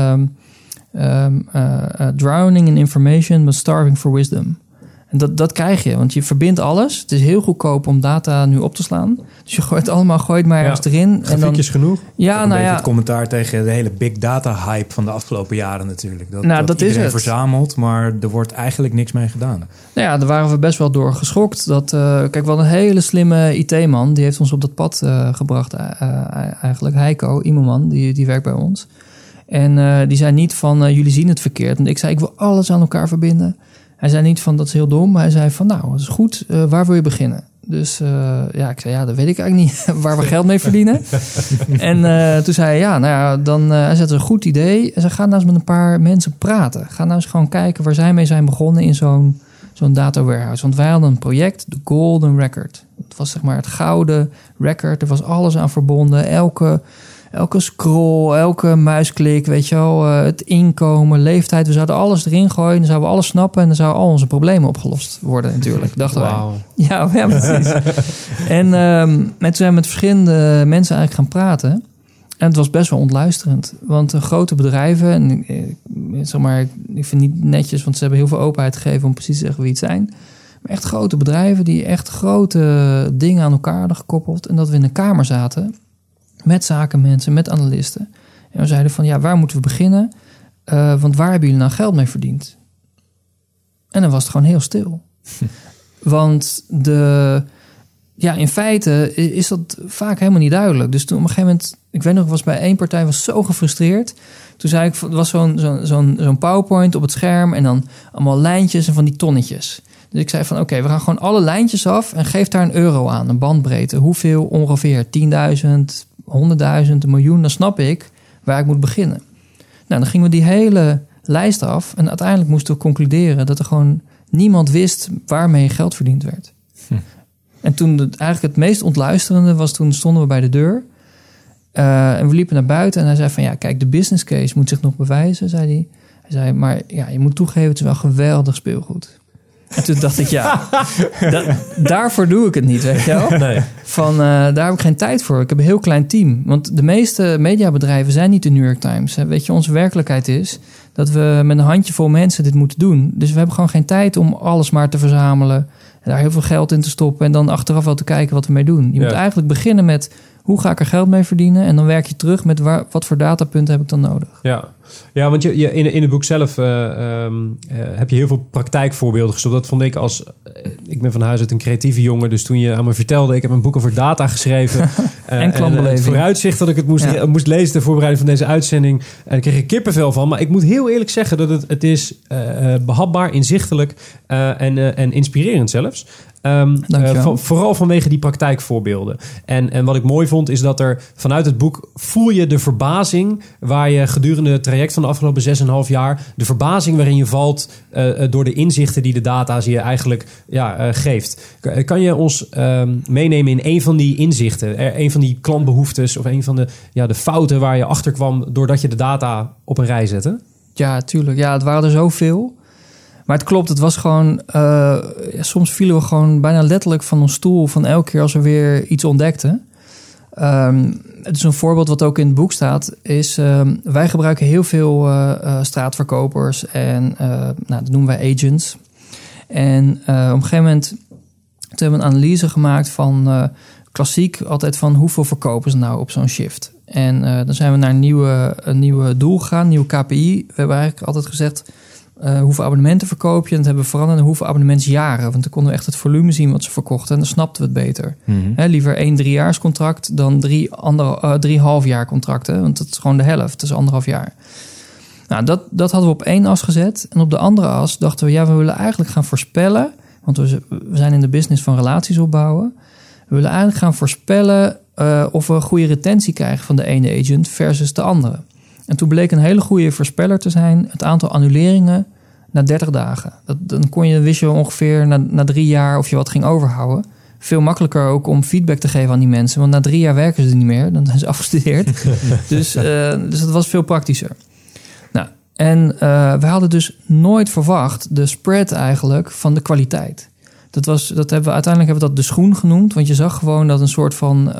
drowning in information, but starving for wisdom. En dat krijg je, want je verbindt alles. Het is heel goedkoop om data nu op te slaan. Dus je gooit maar ergens erin. Grafiekjes en dan, genoeg. Ja, nou ja. Het commentaar tegen de hele big data hype van de afgelopen jaren natuurlijk. Dat iedereen is het. Verzamelt, maar er wordt eigenlijk niks mee gedaan. Nou ja, daar waren we best wel door geschokt. Kijk, we hadden een hele slimme IT-man. Die heeft ons op dat pad gebracht eigenlijk. Heiko Immelman, die werkt bij ons. En die zei niet van, jullie zien het verkeerd. En ik zei, ik wil alles aan elkaar verbinden. Hij zei niet van, dat is heel dom. Hij zei van, nou, dat is goed. Waar wil je beginnen? Dus ik zei, dat weet ik eigenlijk niet. Waar we geld mee verdienen. En toen zei hij, hij zette een goed idee. En ze gaan nou eens met een paar mensen praten. Ga nou eens gewoon kijken waar zij mee zijn begonnen in zo'n data warehouse. Want wij hadden een project, de Golden Record. Het was zeg maar het gouden record. Er was alles aan verbonden. Elke scroll, elke muisklik, weet je wel, het inkomen, leeftijd. We zouden alles erin gooien, dan zouden we alles snappen... en dan zouden al onze problemen opgelost worden natuurlijk, dachten wij. Ja, precies. En toen zijn we met verschillende mensen eigenlijk gaan praten. En het was best wel ontluisterend. Want grote bedrijven, en ik vind niet netjes... want ze hebben heel veel openheid gegeven om precies te zeggen wie het zijn... maar echt grote bedrijven die echt grote dingen aan elkaar hadden gekoppeld... en dat we in een kamer zaten... met zakenmensen, met analisten. En we zeiden van, ja, waar moeten we beginnen? Want waar hebben jullie nou geld mee verdiend? En dan was het gewoon heel stil. Want in feite is dat vaak helemaal niet duidelijk. Dus toen op een gegeven moment, ik weet nog, ik was bij één partij was zo gefrustreerd. Toen zei ik, er was zo'n PowerPoint op het scherm en dan allemaal lijntjes en van die tonnetjes. Dus ik zei van oké, we gaan gewoon alle lijntjes af en geef daar €1 aan, een bandbreedte. Hoeveel ongeveer? 10.000, 100.000, 1 miljoen, dan snap ik waar ik moet beginnen. Nou, dan gingen we die hele lijst af en uiteindelijk moesten we concluderen dat er gewoon niemand wist waarmee geld verdiend werd. En toen eigenlijk het meest ontluisterende was, toen stonden we bij de deur en we liepen naar buiten en hij zei van ja, kijk, de business case moet zich nog bewijzen, zei hij. Hij zei, maar ja, je moet toegeven, het is wel geweldig speelgoed. En toen dacht ik, daarvoor doe ik het niet, weet je wel? Nee. Daar heb ik geen tijd voor. Ik heb een heel klein team. Want de meeste mediabedrijven zijn niet de New York Times. Weet je, onze werkelijkheid is dat we met een handjevol mensen dit moeten doen. Dus we hebben gewoon geen tijd om alles maar te verzamelen. En daar heel veel geld in te stoppen. En dan achteraf wel te kijken wat we mee doen. Je moet eigenlijk beginnen met hoe ga ik er geld mee verdienen? En dan werk je terug met wat voor datapunten heb ik dan nodig. Ja, want je in het boek zelf heb je heel veel praktijkvoorbeelden gestopt. Dat vond ik ik ben van huis uit een creatieve jongen. Dus toen je aan me vertelde, ik heb een boek over data geschreven. En klantbeleving. En het vooruitzicht dat ik het moest lezen ter voorbereiding van deze uitzending. En daar kreeg ik kippenvel van. Maar ik moet heel eerlijk zeggen dat het is behapbaar, inzichtelijk en inspirerend zelfs. Vooral vanwege die praktijkvoorbeelden. En wat ik mooi vond is dat er vanuit het boek voel je de verbazing waar je gedurende het traject van de afgelopen 6,5 jaar, de verbazing waarin je valt door de inzichten die de data je eigenlijk geeft. Kan je ons meenemen in een van die inzichten, een van die klantbehoeftes of een van de fouten waar je achter kwam doordat je de data op een rij zette? Ja, tuurlijk. Ja, het waren er zoveel. Maar het klopt, het was gewoon soms vielen we gewoon bijna letterlijk van ons stoel van elke keer als we weer iets ontdekten. Het is een voorbeeld wat ook in het boek staat, is wij gebruiken heel veel straatverkopers en dat noemen wij agents. En op een gegeven moment hebben we een analyse gemaakt van klassiek altijd van hoeveel verkopen ze nou op zo'n shift. En dan zijn we naar een nieuwe doel gegaan, een nieuwe KPI. We hebben eigenlijk altijd gezegd, hoeveel abonnementen verkoop je? En dat hebben we veranderd naar hoeveel abonnementsjaren. Want dan konden we echt het volume zien wat ze verkochten. En dan snapten we het beter. Mm-hmm. Liever 1 3-jaarscontract dan 3 halfjaarcontracten. Want dat is gewoon de helft. Dat is 1,5 jaar. Nou, dat hadden we op 1 as gezet. En op de andere as dachten we, we willen eigenlijk gaan voorspellen. Want we zijn in de business van relaties opbouwen. We willen eigenlijk gaan voorspellen of we een goede retentie krijgen van de ene agent versus de andere. En toen bleek een hele goede voorspeller te zijn het aantal annuleringen na 30 dagen. Dan wist je ongeveer na 3 jaar of je wat ging overhouden. Veel makkelijker ook om feedback te geven aan die mensen. Want na 3 jaar werken ze niet meer. Dan zijn ze afgestudeerd. Dus dat was veel praktischer. Nou, en we hadden dus nooit verwacht de spread eigenlijk van de kwaliteit. Uiteindelijk hebben we dat de schoen genoemd. Want je zag gewoon dat een soort van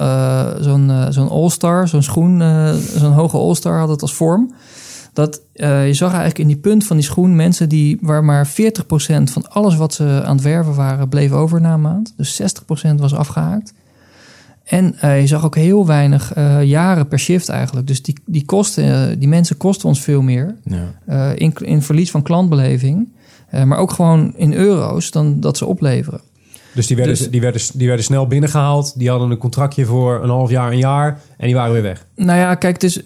zo'n all-star, zo'n schoen, zo'n hoge all-star had het als vorm. Dat je zag eigenlijk in die punt van die schoen mensen waar maar 40% van alles wat ze aan het werven waren bleef over na een maand. Dus 60% was afgehaakt. En je zag ook heel weinig jaren per shift eigenlijk. Dus die mensen kosten ons veel meer in verlies van klantbeleving. Maar ook gewoon in euro's dan dat ze opleveren. Dus die werden snel binnengehaald. Die hadden een contractje voor 1,5 jaar, 1 jaar. En die waren weer weg. Nou ja, kijk, het is...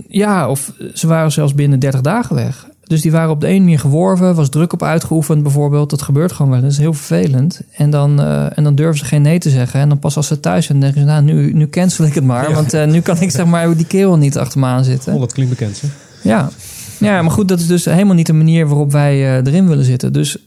of ze waren zelfs binnen 30 dagen weg. Dus die waren op de ene manier geworven. Was druk op uitgeoefend bijvoorbeeld. Dat gebeurt gewoon wel. Dat is heel vervelend. En dan durven ze geen nee te zeggen. En dan pas als ze thuis zijn, denken ze... nu cancel ik het maar. Ja. Want nu kan ik zeg maar die kerel niet achter me aan zitten. Dat klinkt bekend, hè? Ja. Ja, maar goed, dat is dus helemaal niet de manier waarop wij erin willen zitten. Dus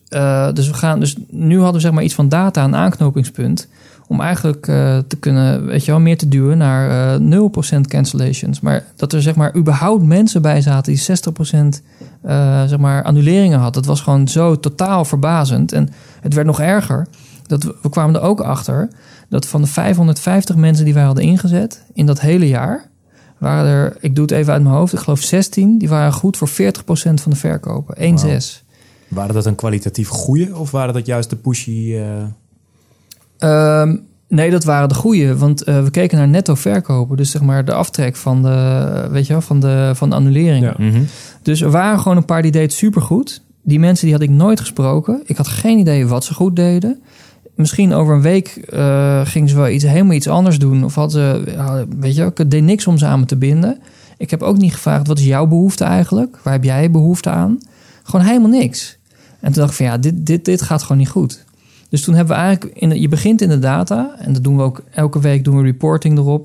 nu hadden we zeg maar iets van data, een aanknopingspunt, om eigenlijk te kunnen, meer te duwen naar 0% cancellations. Maar dat er zeg maar überhaupt mensen bij zaten die 60% annuleringen hadden. Dat was gewoon zo totaal verbazend. En het werd nog erger. We kwamen er ook achter dat van de 550 mensen die wij hadden ingezet in dat hele jaar, waren er, ik doe het even uit mijn hoofd, ik geloof 16, die waren goed voor 40% van de verkopen. 1,6. Wow. Waren dat een kwalitatief goeie of waren dat juist de pushy? Nee, dat waren de goeie, want we keken naar netto verkopen. Dus zeg maar de aftrek van de annuleringen. Ja. Mm-hmm. Dus er waren gewoon een paar die deed supergoed. die mensen die had ik nooit gesproken. Ik had geen idee wat ze goed deden. Misschien over een week gingen ze wel helemaal iets anders doen. Of hadden ze, weet je, ik deed niks om ze aan me te binden. Ik heb ook niet gevraagd, wat is jouw behoefte eigenlijk? Waar heb jij behoefte aan? Gewoon helemaal niks. En toen dacht ik van dit gaat gewoon niet goed. Dus toen hebben we eigenlijk, je begint in de data. En dat doen we ook elke week, doen we reporting erop.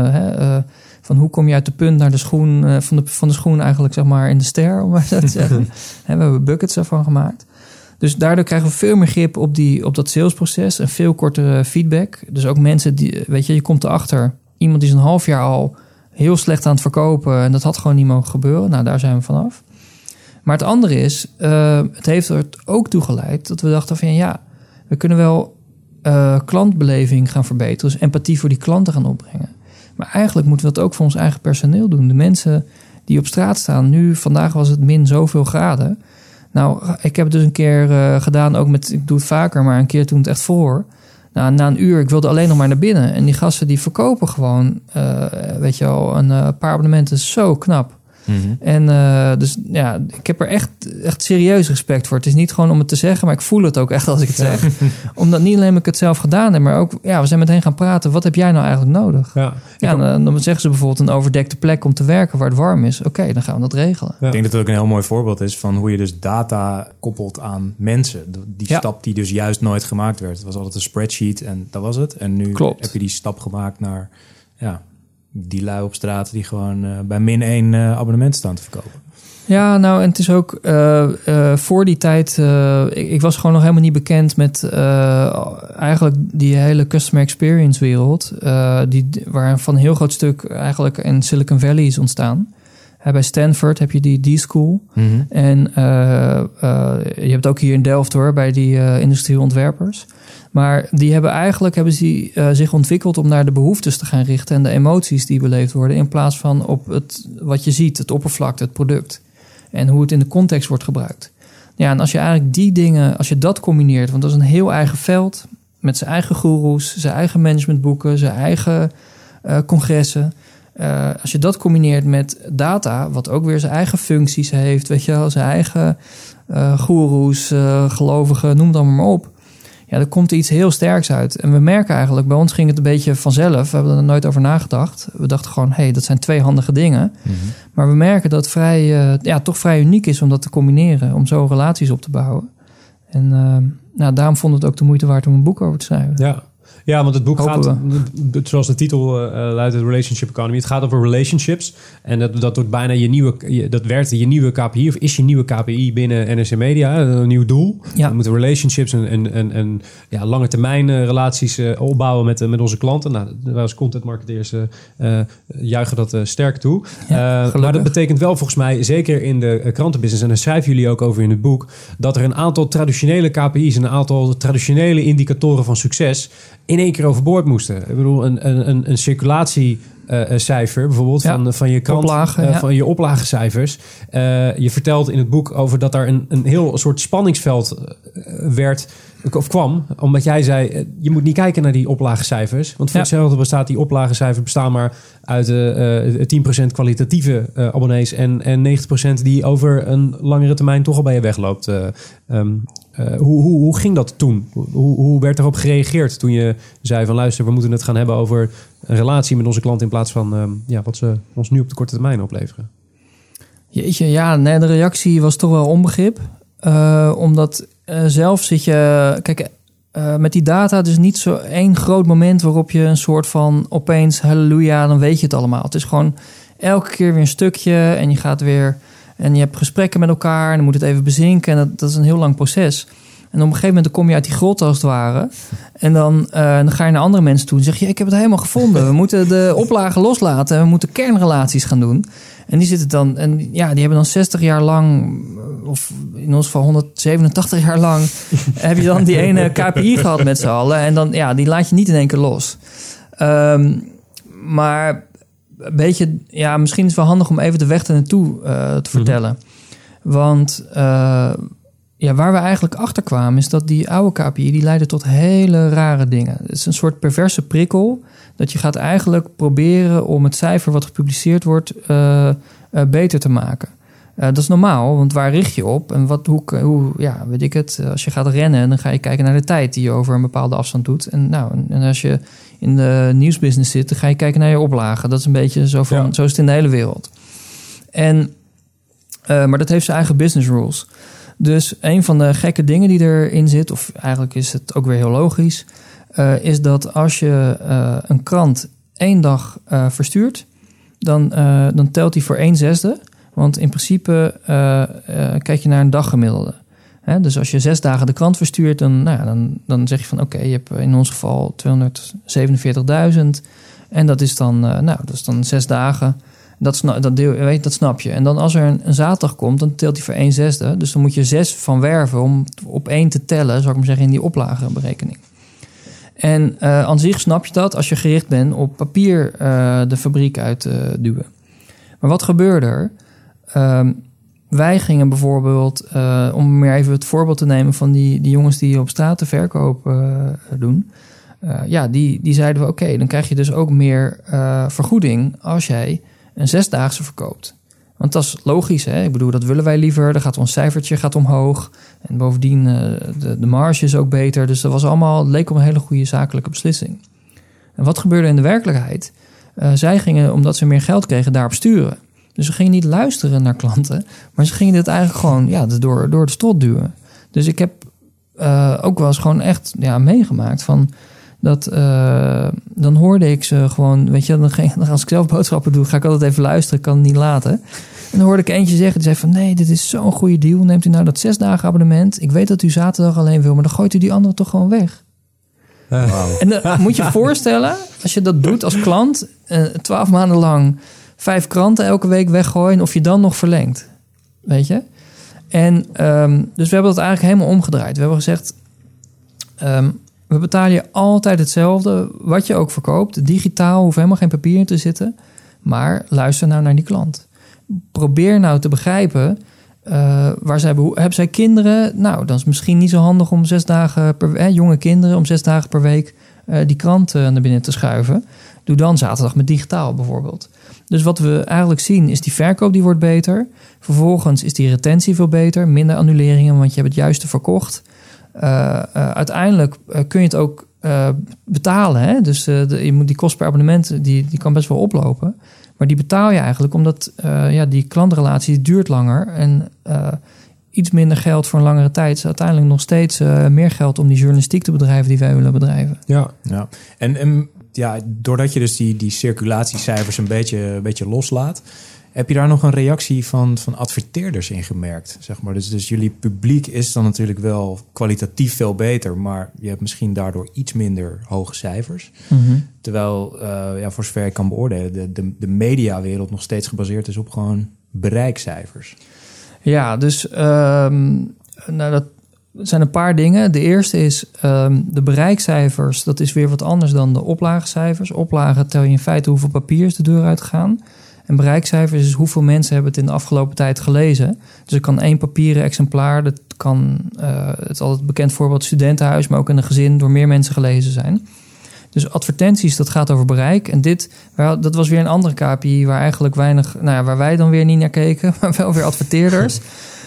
Van hoe kom je uit de punt naar de schoen, van de schoen eigenlijk zeg maar in de ster, om maar zo te zeggen. We hebben buckets ervan gemaakt. Dus daardoor krijgen we veel meer grip op dat salesproces en veel kortere feedback. Dus ook mensen die, weet je komt erachter. Iemand die is een half jaar al heel slecht aan het verkopen en dat had gewoon niet mogen gebeuren. Nou, daar zijn we vanaf. Maar het andere is, het heeft er ook toe geleid dat we dachten van we kunnen wel klantbeleving gaan verbeteren. Dus empathie voor die klanten gaan opbrengen. Maar eigenlijk moeten we dat ook voor ons eigen personeel doen. De mensen die op straat staan. Nu, vandaag was het min zoveel graden. Nou, ik heb het dus een keer gedaan, ook ik doe het vaker, maar een keer toen het echt vroor. Nou, na een uur, ik wilde alleen nog maar naar binnen. En die gasten die verkopen gewoon, weet je wel, een paar abonnementen. Zo knap. Mm-hmm. En dus ja, ik heb er echt serieus respect voor. Het is niet gewoon om het te zeggen, maar ik voel het ook echt als ik het zeg. Omdat niet alleen ik het zelf gedaan heb, maar ook, we zijn met hen gaan praten. Wat heb jij nou eigenlijk nodig? Dan zeggen ze bijvoorbeeld een overdekte plek om te werken waar het warm is. Oké, dan gaan we dat regelen. Ja. Ik denk dat het ook een heel mooi voorbeeld is van hoe je dus data koppelt aan mensen. Die stap die dus juist nooit gemaakt werd. Het was altijd een spreadsheet en dat was het. En nu heb je die stap gemaakt naar die lui op straat die gewoon bij min 1 abonnement staan te verkopen. Ja, nou, en het is ook voor die tijd... ik was gewoon nog helemaal niet bekend met eigenlijk die hele customer experience wereld. Waar van een heel groot stuk eigenlijk in Silicon Valley is ontstaan. Bij Stanford heb je die D-School. Mm-hmm. En je hebt ook hier in Delft hoor, bij die industrieel ontwerpers. Maar die hebben zich ontwikkeld om naar de behoeftes te gaan richten en de emoties die beleefd worden, in plaats van op wat je ziet, het oppervlakte, het product. En hoe het in de context wordt gebruikt. Ja, en als je eigenlijk die dingen, als je dat combineert, want dat is een heel eigen veld, met zijn eigen goeroes, zijn eigen managementboeken, zijn eigen congressen. Als je dat combineert met data, wat ook weer zijn eigen functies heeft, weet je wel, zijn eigen goeroes, gelovigen, noem het allemaal maar op. Ja, er komt er iets heel sterks uit. En we merken eigenlijk, bij ons ging het een beetje vanzelf. We hebben er nooit over nagedacht. We dachten gewoon, dat zijn twee handige dingen. Mm-hmm. Maar we merken dat het toch vrij uniek is om dat te combineren. Om zo relaties op te bouwen. En daarom vond het ook de moeite waard om een boek over te schrijven. Ja, want het boek gaat, zoals de titel luidt, de Relationship Economy. Het gaat over relationships. En dat wordt bijna je nieuwe KPI, of is je nieuwe KPI binnen NRC Media, een nieuw doel. Ja. We moeten relationships en lange termijn relaties opbouwen met onze klanten. Nou, wij als content marketeers juichen dat sterk toe. Maar dat betekent wel volgens mij, zeker in de krantenbusiness, en daar schrijven jullie ook over in het boek, dat er een aantal traditionele KPI's en een aantal traditionele indicatoren van succes in één keer overboord moesten. Ik bedoel, een circulatiecijfer bijvoorbeeld van je krant, van je oplagecijfers. Je vertelt in het boek over dat daar een heel soort spanningsveld kwam, omdat jij zei, je moet niet kijken naar die oplagecijfers, want voor hetzelfde bestaat die oplagecijfer bestaan maar uit 10% kwalitatieve abonnees en 90% die over een langere termijn toch al bij je wegloopt. Hoe ging dat toen? Hoe werd erop gereageerd toen je zei van luister, we moeten het gaan hebben over een relatie met onze klant in plaats van wat ze ons nu op de korte termijn opleveren? Jeetje, de reactie was toch wel onbegrip. Omdat zelf zit je... Kijk, met die data dus niet zo één groot moment waarop je een soort van opeens halleluja, dan weet je het allemaal. Het is gewoon elke keer weer een stukje en je gaat weer... En je hebt gesprekken met elkaar en dan moet het even bezinken. En dat is een heel lang proces. En op een gegeven moment kom je uit die grot als het ware. En dan ga je naar andere mensen toe en zeg je, ik heb het helemaal gevonden. We moeten de oplagen loslaten en we moeten kernrelaties gaan doen. En die zitten dan, en die hebben dan 60 jaar lang, of in ons geval 187 jaar lang, heb je dan die ene KPI gehad met z'n allen. En dan, die laat je niet in één keer los. Maar een beetje, misschien is het wel handig om even de weg ernaartoe te vertellen. Want waar we eigenlijk achter kwamen is dat die oude KPI, die leidde tot hele rare dingen. Het is een soort perverse prikkel, dat je gaat eigenlijk proberen om het cijfer wat gepubliceerd wordt beter te maken. Dat is normaal, want waar richt je op? En hoe weet ik het, als je gaat rennen, dan ga je kijken naar de tijd die je over een bepaalde afstand doet. En als je in de nieuwsbusiness zit, dan ga je kijken naar je oplagen. Dat is een beetje zo van, zo is het in de hele wereld. Maar dat heeft zijn eigen business rules. Dus een van de gekke dingen die erin zit, of eigenlijk is het ook weer heel logisch, is dat als je een krant 1 dag verstuurt, dan telt die voor 1/6. Want in principe kijk je naar een daggemiddelde. Dus als je 6 dagen de krant verstuurt, dan zeg je van oké, je hebt in ons geval 247.000. En dat is dan 6 dagen. Dat snap je. En dan als er een zaterdag komt, dan telt hij voor 1/6. Dus dan moet je 6 van werven om op 1 te tellen, zou ik maar zeggen, in die oplageberekening. En aan zich snap je dat als je gericht bent op papier de fabriek uit duwen. Maar wat gebeurde er? Wij gingen bijvoorbeeld, om meer even het voorbeeld te nemen van die jongens die op straat de verkoop doen. Die zeiden we oké, dan krijg je dus ook meer vergoeding als jij een 6-daagse verkoopt. Want dat is logisch, hè? Ik bedoel, dat willen wij liever. Dan gaat ons cijfertje omhoog. En bovendien, de marge is ook beter. Dus dat was allemaal, leek op een hele goede zakelijke beslissing. En wat gebeurde in de werkelijkheid? Zij gingen, omdat ze meer geld kregen, daarop sturen. Dus ze gingen niet luisteren naar klanten. Maar ze gingen dit eigenlijk gewoon door de strot duwen. Dus ik heb ook wel eens gewoon echt meegemaakt van dat dan hoorde ik ze gewoon, weet je, dan als ik zelf boodschappen doe, ga ik altijd even luisteren, ik kan het niet laten. En dan hoorde ik eentje zeggen, die zei van nee, dit is zo'n goede deal. Neemt u nou dat 6-dagen abonnement? Ik weet dat u zaterdag alleen wil, maar dan gooit u die andere toch gewoon weg. Wow. En dan moet je je voorstellen, als je dat doet als klant, 12 maanden lang 5 kranten elke week weggooien, of je dan nog verlengt. Weet je? En dus we hebben dat eigenlijk helemaal omgedraaid. We hebben gezegd, we betalen je altijd hetzelfde, wat je ook verkoopt. Digitaal, hoeft helemaal geen papier in te zitten. Maar luister nou naar die klant. Probeer nou te begrijpen, hebben zij kinderen? Nou, dan is het misschien niet zo handig om 6 dagen jonge kinderen om 6 dagen per week die krant naar binnen te schuiven. Doe dan zaterdag met digitaal bijvoorbeeld. Dus wat we eigenlijk zien is die verkoop die wordt beter. Vervolgens is die retentie veel beter. Minder annuleringen, want je hebt het juiste verkocht. Uiteindelijk kun je het ook betalen. Hè? Dus je moet die kost per abonnement, die kan best wel oplopen. Maar die betaal je eigenlijk omdat die klantrelatie duurt langer. En iets minder geld voor een langere tijd is uiteindelijk nog steeds meer geld om die journalistiek te bedrijven die wij willen bedrijven. Ja. En doordat je dus die circulatiecijfers een beetje loslaat, heb je daar nog een reactie van adverteerders in gemerkt? Zeg maar. Dus jullie publiek is dan natuurlijk wel kwalitatief veel beter, maar je hebt misschien daardoor iets minder hoge cijfers. Mm-hmm. Terwijl, voor zover ik kan beoordelen, de mediawereld nog steeds gebaseerd is op gewoon bereikcijfers. Ja, dus dat zijn een paar dingen. De eerste is de bereikcijfers. Dat is weer wat anders dan de oplagecijfers. Oplagen tel je in feite hoeveel papiers de deur uitgaan. En bereikcijfers is hoeveel mensen hebben het in de afgelopen tijd gelezen. Dus er kan 1 papieren exemplaar, dat kan, het is altijd een bekend voorbeeld, studentenhuis, maar ook in een gezin door meer mensen gelezen zijn. Dus advertenties, dat gaat over bereik. En dat was weer een andere KPI waar eigenlijk weinig, waar wij dan weer niet naar keken, maar wel weer adverteerders.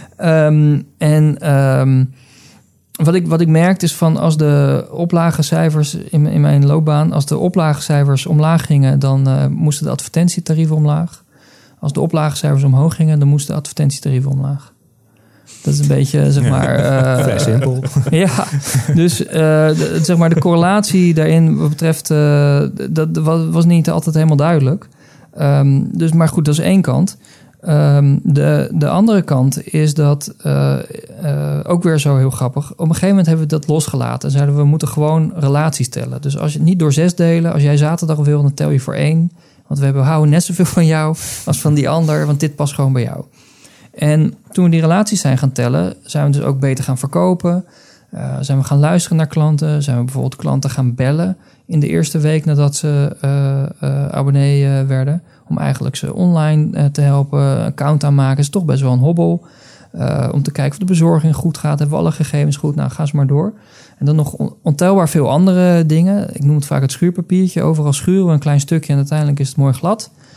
Wat ik merkte is van als de oplagecijfers in mijn loopbaan, als de oplagecijfers omlaag gingen, dan moesten de advertentietarieven omlaag. Als de oplagecijfers omhoog gingen, dan moesten de advertentietarieven omlaag. Dat is een beetje, zeg maar... vrij simpel. Ja, dus de correlatie daarin wat betreft, dat was niet altijd helemaal duidelijk. Maar goed, dat is 1 kant. De andere kant is dat ook weer zo heel grappig. Op een gegeven moment hebben we dat losgelaten. En zeiden we moeten gewoon relaties tellen. Dus als je niet door 6 delen, als jij zaterdag wil, dan tel je voor 1. Want we houden net zoveel van jou als van die ander, want dit past gewoon bij jou. En toen we die relaties zijn gaan tellen, zijn we dus ook beter gaan verkopen. Zijn we gaan luisteren naar klanten. Zijn we bijvoorbeeld klanten gaan bellen in de eerste week nadat ze abonnee werden. Om eigenlijk ze online te helpen, een account aanmaken. Is toch best wel een hobbel. Om te kijken of de bezorging goed gaat. Hebben we alle gegevens goed? Nou, ga ze maar door. En dan nog ontelbaar veel andere dingen. Ik noem het vaak het schuurpapiertje. Overal schuren we een klein stukje en uiteindelijk is het mooi glad.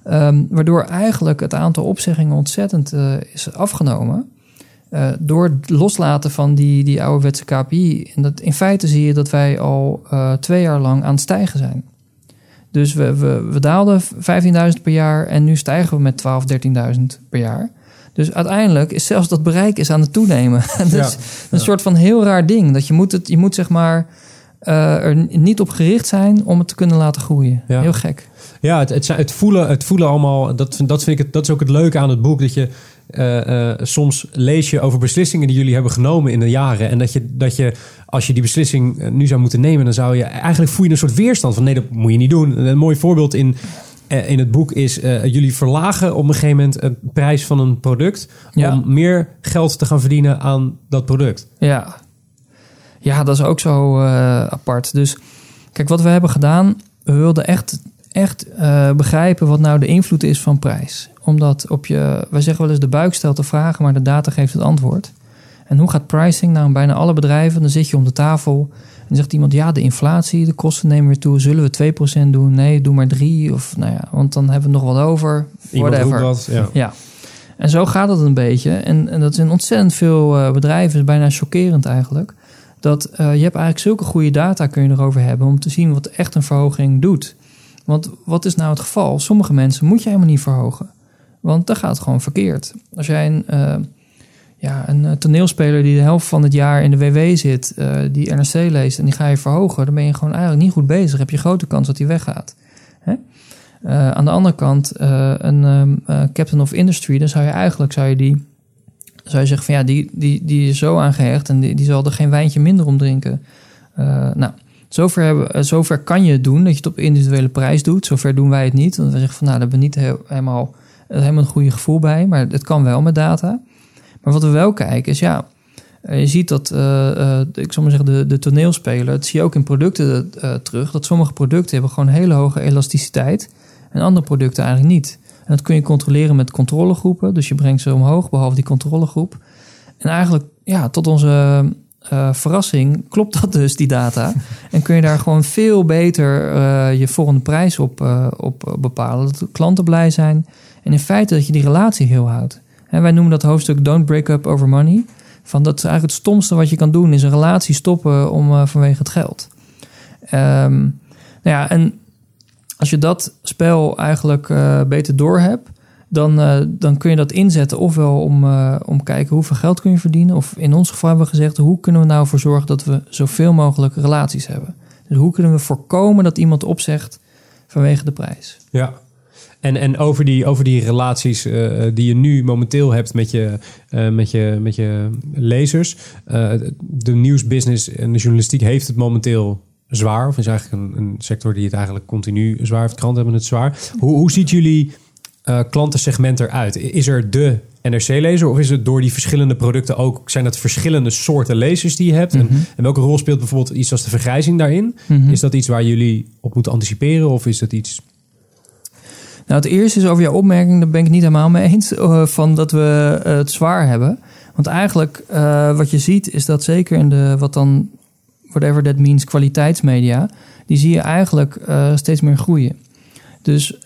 Waardoor eigenlijk het aantal opzeggingen ontzettend is afgenomen. Door het loslaten van die ouderwetse KPI. En dat, in feite zie je dat wij al 2 jaar lang aan het stijgen zijn. Dus we daalden 15.000 per jaar en nu stijgen we met 12.000, 13.000 per jaar. Dus uiteindelijk is zelfs dat bereik is aan het toenemen. Dus een soort van heel raar ding. Dat je moet zeg maar er niet op gericht zijn om het te kunnen laten groeien. Ja. Heel gek. Ja, het voelen allemaal, dat vind ik dat is ook het leuke aan het boek, dat je soms lees je over beslissingen die jullie hebben genomen in de jaren. En dat je als je die beslissing nu zou moeten nemen, dan zou je eigenlijk voel je een soort weerstand van nee, dat moet je niet doen. Een mooi voorbeeld in het boek is jullie verlagen op een gegeven moment de prijs van een product om meer geld te gaan verdienen aan dat product. Ja, dat is ook zo apart. Dus kijk, wat we hebben gedaan, we wilden echt begrijpen wat nou de invloed is van prijs. Omdat wij zeggen wel eens de buik stelt de vragen, maar de data geeft het antwoord. En hoe gaat pricing? Nou, in bijna alle bedrijven, dan zit je om de tafel en dan zegt iemand, ja, de inflatie, de kosten nemen weer toe. Zullen we 2% doen? Nee, doe maar 3%. Of nou ja, want dan hebben we nog wat over. Iemand roept wat, ja. En zo gaat het een beetje. En dat is in ontzettend veel bedrijven, is bijna chockerend eigenlijk. Dat je hebt eigenlijk zulke goede data kun je erover hebben om te zien wat echt een verhoging doet. Want wat is nou het geval? Sommige mensen moet je helemaal niet verhogen. Want dan gaat het gewoon verkeerd. Als jij een toneelspeler die de helft van het jaar in de WW zit, die NRC leest en die ga je verhogen, dan ben je gewoon eigenlijk niet goed bezig. Heb je grote kans dat hij weggaat. Hè? Aan de andere kant, een captain of industry, dan zou je zeggen van ja, die is zo aangehecht en die zal er geen wijntje minder om drinken. Zover kan je het doen, dat je het op individuele prijs doet. Zover doen wij het niet. Want we zeggen van, nou, daar hebben we niet helemaal een goede gevoel bij. Maar het kan wel met data. Maar wat we wel kijken is, je ziet dat, ik zal maar zeggen, de toneelspeler, dat zie je ook in producten terug, dat sommige producten hebben gewoon hele hoge elasticiteit en andere producten eigenlijk niet. En dat kun je controleren met controlegroepen. Dus je brengt ze omhoog, behalve die controlegroep. En eigenlijk, tot onze verrassing klopt dat dus, die data. En kun je daar gewoon veel beter je volgende prijs op bepalen. Dat de klanten blij zijn. En in feite dat je die relatie heel houdt. En wij noemen dat hoofdstuk Don't Break Up Over Money. Van dat is eigenlijk het stomste wat je kan doen, is een relatie stoppen vanwege het geld. En als je dat spel eigenlijk beter doorhebt, dan kun je dat inzetten ofwel om kijken hoeveel geld kun je verdienen. Of in ons geval hebben we gezegd, hoe kunnen we nou ervoor zorgen dat we zoveel mogelijk relaties hebben. Dus hoe kunnen we voorkomen dat iemand opzegt vanwege de prijs. Ja. En over die relaties die je nu momenteel hebt met je lezers. De nieuwsbusiness en de journalistiek heeft het momenteel zwaar. Of is eigenlijk een sector die het eigenlijk continu zwaar heeft. Kranten hebben het zwaar. Hoe ziet jullie klantensegment eruit? Is er de NRC-lezer of is het door die verschillende producten ook, zijn dat verschillende soorten lezers die je hebt? Mm-hmm. En welke rol speelt bijvoorbeeld iets als de vergrijzing daarin? Mm-hmm. Is dat iets waar jullie op moeten anticiperen of is dat iets? Nou, het eerste is over jouw opmerking, daar ben ik het niet helemaal mee eens, van dat we het zwaar hebben. Want eigenlijk wat je ziet is dat zeker in de, wat dan, whatever that means, kwaliteitsmedia, die zie je eigenlijk steeds meer groeien. Dus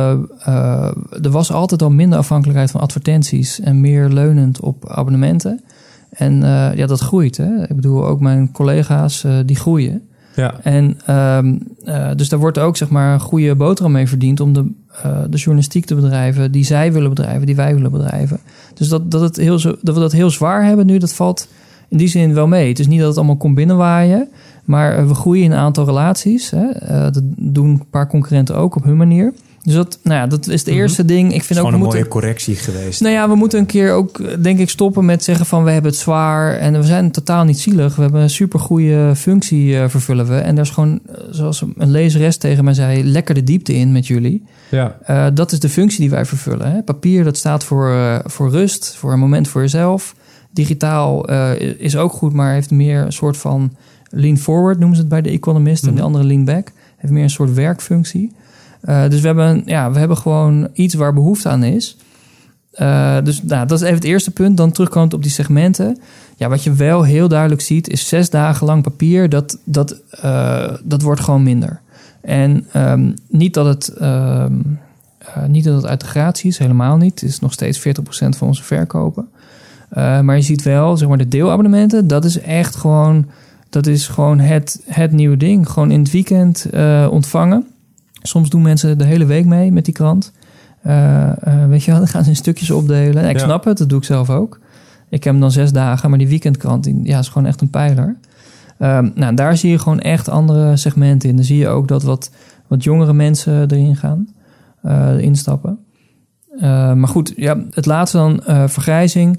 er was altijd al minder afhankelijkheid van advertenties en meer leunend op abonnementen. En dat groeit. Hè? Ik bedoel, ook mijn collega's die groeien. Ja. En dus daar wordt ook zeg maar een goede boterham mee verdiend om de journalistiek te bedrijven die zij willen bedrijven, die wij willen bedrijven. Dus dat we dat heel zwaar hebben nu, dat valt in die zin wel mee. Het is niet dat het allemaal komt binnenwaaien, maar we groeien in een aantal relaties. Hè. Dat doen een paar concurrenten ook op hun manier. Dus dat is het eerste ding. Ik vind ook, gewoon een mooie correctie geweest. Nou ja, we moeten een keer ook, denk ik, stoppen met zeggen van we hebben het zwaar en we zijn totaal niet zielig. We hebben een supergoeie functie vervullen we. En daar is gewoon, zoals een lezeres tegen mij zei, lekker de diepte in met jullie. Ja. Dat is de functie die wij vervullen. Hè. Papier, dat staat voor rust, voor een moment voor jezelf. Digitaal is ook goed, maar heeft meer een soort van lean forward, noemen ze het bij de Economist. En de andere lean back. Heeft meer een soort werkfunctie. Dus we hebben gewoon iets waar behoefte aan is. Dus dat is even het eerste punt. Dan terugkomend op die segmenten. Ja, wat je wel heel duidelijk ziet is 6 dagen lang papier. Dat wordt gewoon minder. En niet dat het Niet dat het uit de gratie is, helemaal niet. Het is nog steeds 40% van onze verkopen. Maar je ziet wel, zeg maar, de deelabonnementen, dat is echt gewoon... Dat is gewoon het nieuwe ding. Gewoon in het weekend ontvangen. Soms doen mensen de hele week mee met die krant. Weet je wel, dan gaan ze in stukjes opdelen. Ik snap het, dat doe ik zelf ook. Ik heb hem dan 6 dagen, maar die weekendkrant is gewoon echt een pijler. Daar zie je gewoon echt andere segmenten in. Dan zie je ook dat wat jongere mensen erin gaan, instappen. Maar goed, het laatste dan, vergrijzing.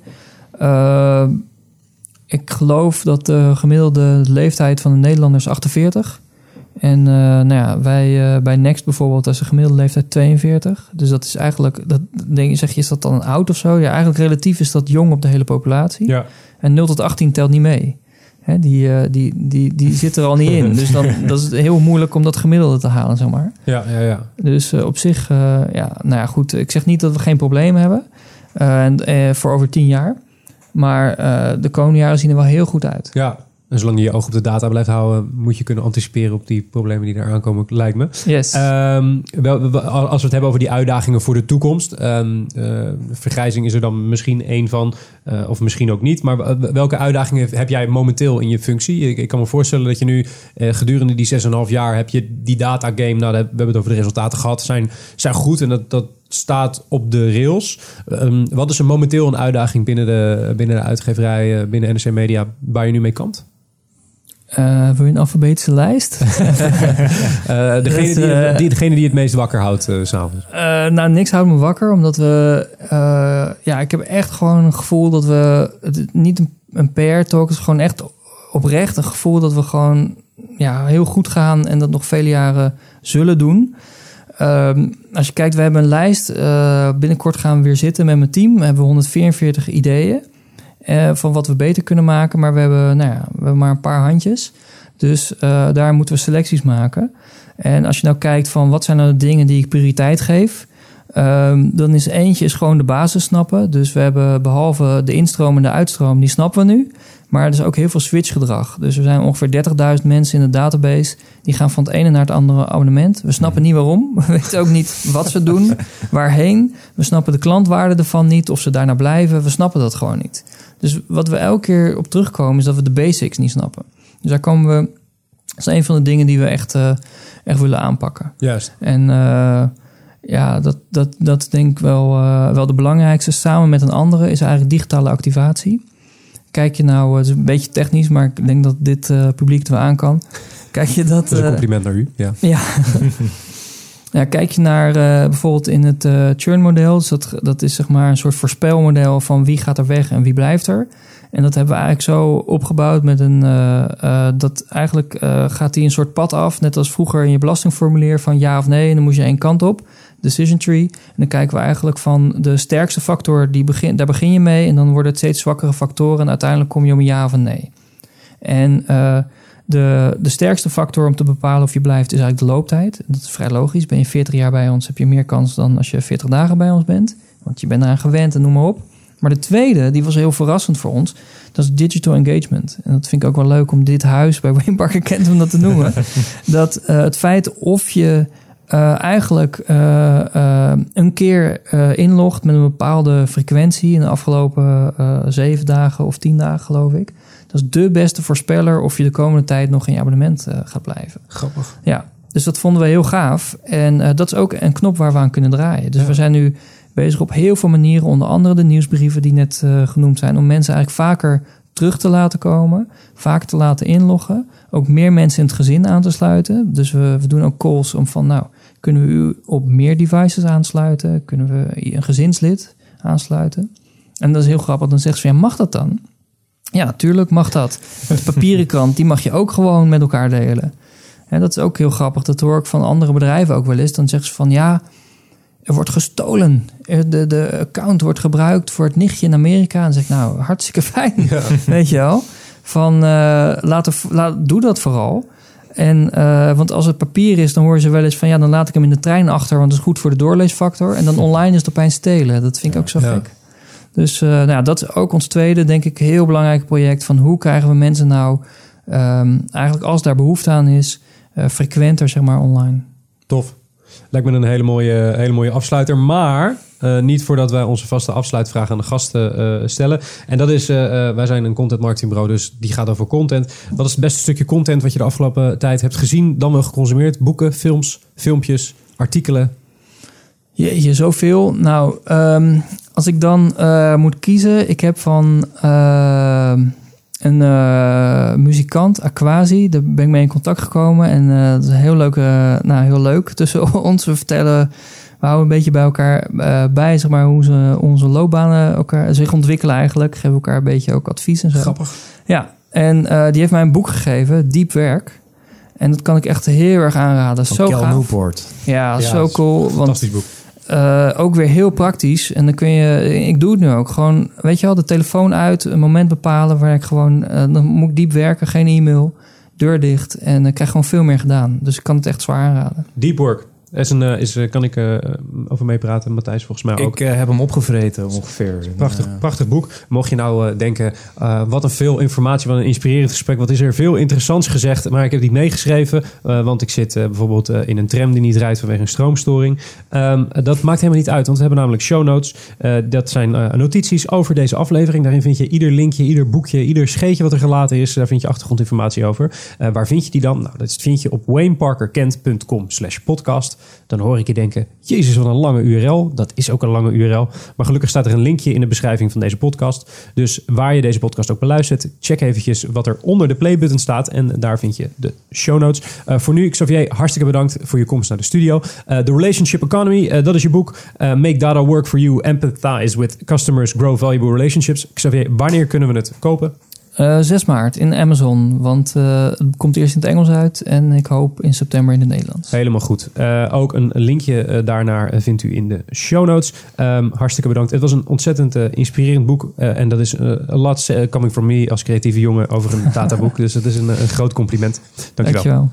Ik geloof dat de gemiddelde leeftijd van de Nederlanders 48. En wij bij Next bijvoorbeeld, dat is de gemiddelde leeftijd 42. Dus dat is eigenlijk, zeg je, is dat dan een oud of zo? Ja, eigenlijk relatief is dat jong op de hele populatie. Ja. En 0 tot 18 telt niet mee. Hè, die zit er al niet in. Dus dan dat is het heel moeilijk om dat gemiddelde te halen, zeg maar. Ja. Dus op zich, goed. Ik zeg niet dat we geen probleem hebben. Voor over 10 jaar. Maar de komende jaren zien er wel heel goed uit. Ja, en zolang je je oog op de data blijft houden, moet je kunnen anticiperen op die problemen die er aankomen, lijkt me. Yes. Als we het hebben over die uitdagingen voor de toekomst. Vergrijzing is er dan misschien één van, of misschien ook niet. Maar welke uitdagingen heb jij momenteel in je functie? Ik kan me voorstellen dat je nu gedurende die 6,5 jaar heb je die datagame, we hebben het over de resultaten gehad, zijn goed en dat staat op de rails. Wat is er momenteel een uitdaging binnen de uitgeverij, binnen NRC Media, waar je nu mee kampt? Wil je een alfabetische lijst? Degene die het meest wakker houdt 's avonds. Niks houdt me wakker, omdat we... ik heb echt gewoon een gevoel dat we... Het niet een PR-talk, is gewoon echt oprecht een gevoel dat we gewoon heel goed gaan en dat nog vele jaren zullen doen. Als je kijkt, we hebben een lijst. Binnenkort gaan we weer zitten met mijn team. We hebben 144 ideeën van wat we beter kunnen maken. Maar we hebben maar een paar handjes. Dus daar moeten we selecties maken. En als je nou kijkt van wat zijn nou de dingen die ik prioriteit geef, dan is eentje gewoon de basis snappen. Dus we hebben behalve de instroom en de uitstroom, die snappen we nu. Maar er is ook heel veel switchgedrag. Dus er zijn ongeveer 30.000 mensen in de database. Die gaan van het ene naar het andere abonnement. We snappen niet waarom. We weten ook niet wat ze doen. Waarheen. We snappen de klantwaarde ervan niet. Of ze daarna blijven. We snappen dat gewoon niet. Dus wat we elke keer op terugkomen is dat we de basics niet snappen. Dus daar komen we... Dat is een van de dingen die we echt willen aanpakken. Juist. En dat denk ik wel de belangrijkste. Samen met een andere is eigenlijk digitale activatie. Kijk je nou, het is een beetje technisch, maar ik denk dat dit publiek het wel aan kan. Kijk je dat... Dat is een compliment naar u, ja. Ja, kijk je naar bijvoorbeeld in het churn-model. Dus dat is zeg maar een soort voorspelmodel van wie gaat er weg en wie blijft er. En dat hebben we eigenlijk zo opgebouwd met dat eigenlijk gaat die een soort pad af. Net als vroeger in je belastingformulier van ja of nee. En dan moest je één kant op. Decision tree. En dan kijken we eigenlijk van de sterkste factor, daar begin je mee. En dan worden het steeds zwakkere factoren. En uiteindelijk kom je om een ja of een nee. En de sterkste factor om te bepalen of je blijft is eigenlijk de looptijd. En dat is vrij logisch. Ben je 40 jaar bij ons, heb je meer kans dan als je 40 dagen bij ons bent. Want je bent eraan gewend en noem maar op. Maar de tweede, die was heel verrassend voor ons. Dat is digital engagement. En dat vind ik ook wel leuk om dit huis bij Wayne Parker Kent om dat te noemen. Dat het feit of je eigenlijk een keer inlogt met een bepaalde frequentie in de afgelopen 7 dagen of 10 dagen, geloof ik. Dat is de beste voorspeller of je de komende tijd nog in je abonnement gaat blijven. Grappig. Ja, dus dat vonden we heel gaaf. En dat is ook een knop waar we aan kunnen draaien. Dus we zijn nu bezig op heel veel manieren, onder andere de nieuwsbrieven die net genoemd zijn, om mensen eigenlijk vaker terug te laten komen, vaker te laten inloggen, ook meer mensen in het gezin aan te sluiten. Dus we doen ook calls om van, kunnen we u op meer devices aansluiten? Kunnen we een gezinslid aansluiten? En dat is heel grappig. Dan zegt ze, ja, mag dat dan? Ja, natuurlijk mag dat. De papieren krant, die mag je ook gewoon met elkaar delen. En dat is ook heel grappig. Dat hoor ik van andere bedrijven ook wel eens. Dan zeggen ze van, ja, er wordt gestolen. De account wordt gebruikt voor het nichtje in Amerika. En dan zeg ik, nou, hartstikke fijn. Ja. Weet je wel? Van, doe dat vooral. En, want als het papier is, dan hoor je ze wel eens van, ja, dan laat ik hem in de trein achter, want dat is goed voor de doorleesfactor. En dan online is het opeens stelen. Dat vind ik ook zo gek. Dus dat is ook ons tweede, denk ik, heel belangrijk project. Van hoe krijgen we mensen nou, eigenlijk als daar behoefte aan is, frequenter, zeg maar, online. Tof. Lijkt me een hele mooie afsluiter. Maar niet voordat wij onze vaste afsluitvraag aan de gasten stellen. En dat is, wij zijn een content marketingbureau, dus die gaat over content. Wat is het beste stukje content wat je de afgelopen tijd hebt gezien, dan wel geconsumeerd? Boeken, films, filmpjes, artikelen? Jeetje, zoveel. Nou, als ik dan moet kiezen, ik heb van een muzikant, Aquasi, daar ben ik mee in contact gekomen. En dat is heel leuk tussen ons. We houden een beetje bij elkaar bij, zeg maar, hoe onze loopbanen elkaar zich ontwikkelen eigenlijk. Geven elkaar een beetje ook advies en zo. Grappig. Ja, en die heeft mij een boek gegeven, Diep Werk. En dat kan ik echt heel erg aanraden. Van Zo Cal gaaf. Newport. Ja, zo cool. Want Fantastisch boek. ook weer heel praktisch. En dan kun je, ik doe het nu ook gewoon, weet je wel, de telefoon uit, een moment bepalen waar ik gewoon, dan moet ik diep werken, geen e-mail, deur dicht en ik krijg gewoon veel meer gedaan. Dus ik kan het echt zwaar aanraden. Deep Work. Kan ik over meepraten? Matthijs volgens mij ook. Ik heb hem opgevreten ongeveer. Prachtig boek. Mocht je nou denken, wat een veel informatie, wat een inspirerend gesprek. Wat is er veel interessants gezegd. Maar ik heb het niet meegeschreven. Want ik zit bijvoorbeeld in een tram die niet rijdt vanwege een stroomstoring. Dat maakt helemaal niet uit. Want we hebben namelijk show notes. Dat zijn notities over deze aflevering. Daarin vind je ieder linkje, ieder boekje, ieder scheetje wat er gelaten is. Daar vind je achtergrondinformatie over. Waar vind je die dan? Nou, dat vind je op wayneparkerkent.com/podcast. Dan hoor ik je denken, jezus, wat een lange URL. Dat is ook een lange URL. Maar gelukkig staat er een linkje in de beschrijving van deze podcast. Dus waar je deze podcast ook beluistert, check eventjes wat er onder de playbutton staat. En daar vind je de show notes. Voor nu, Xavier, hartstikke bedankt voor je komst naar de studio. The Relationship Economy, dat is je boek. Make data work for you. Empathize with customers. Grow valuable relationships. Xavier, wanneer kunnen we het kopen? 6 maart in Amazon, want het komt eerst in het Engels uit en ik hoop in september in het Nederlands. Helemaal goed. Ook een linkje daarnaar vindt u in de show notes. Hartstikke bedankt. Het was een ontzettend inspirerend boek en dat is a lot coming from me als creatieve jongen over een databoek. Dus het is een groot compliment. Dankjewel.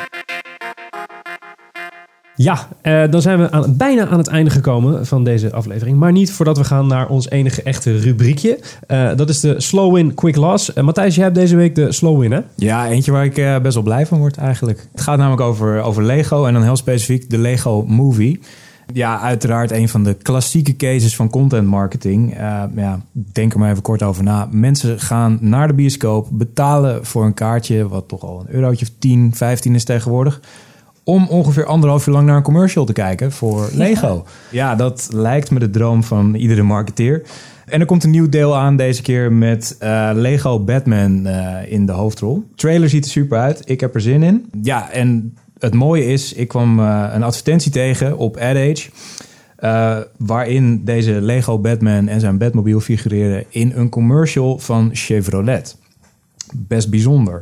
Ja, dan zijn we bijna aan het einde gekomen van deze aflevering. Maar niet voordat we gaan naar ons enige echte rubriekje. Dat is de Slow Win, Quick Loss. Matthijs, jij hebt deze week de Slow Win, hè? Ja, eentje waar ik best wel blij van word eigenlijk. Het gaat namelijk over Lego en dan heel specifiek de Lego Movie. Ja, uiteraard een van de klassieke cases van content marketing. Denk er maar even kort over na. Mensen gaan naar de bioscoop, betalen voor een kaartje, wat toch al €1 of 10, 15 is tegenwoordig, om ongeveer 1,5 uur lang naar een commercial te kijken voor Lego. Ja, dat lijkt me de droom van iedere marketeer. En er komt een nieuw deel aan deze keer met Lego Batman in de hoofdrol. De trailer ziet er super uit. Ik heb er zin in. Ja, en het mooie is, ik kwam een advertentie tegen op AdAge, waarin deze Lego Batman en zijn Batmobile figureren in een commercial van Chevrolet. Best bijzonder.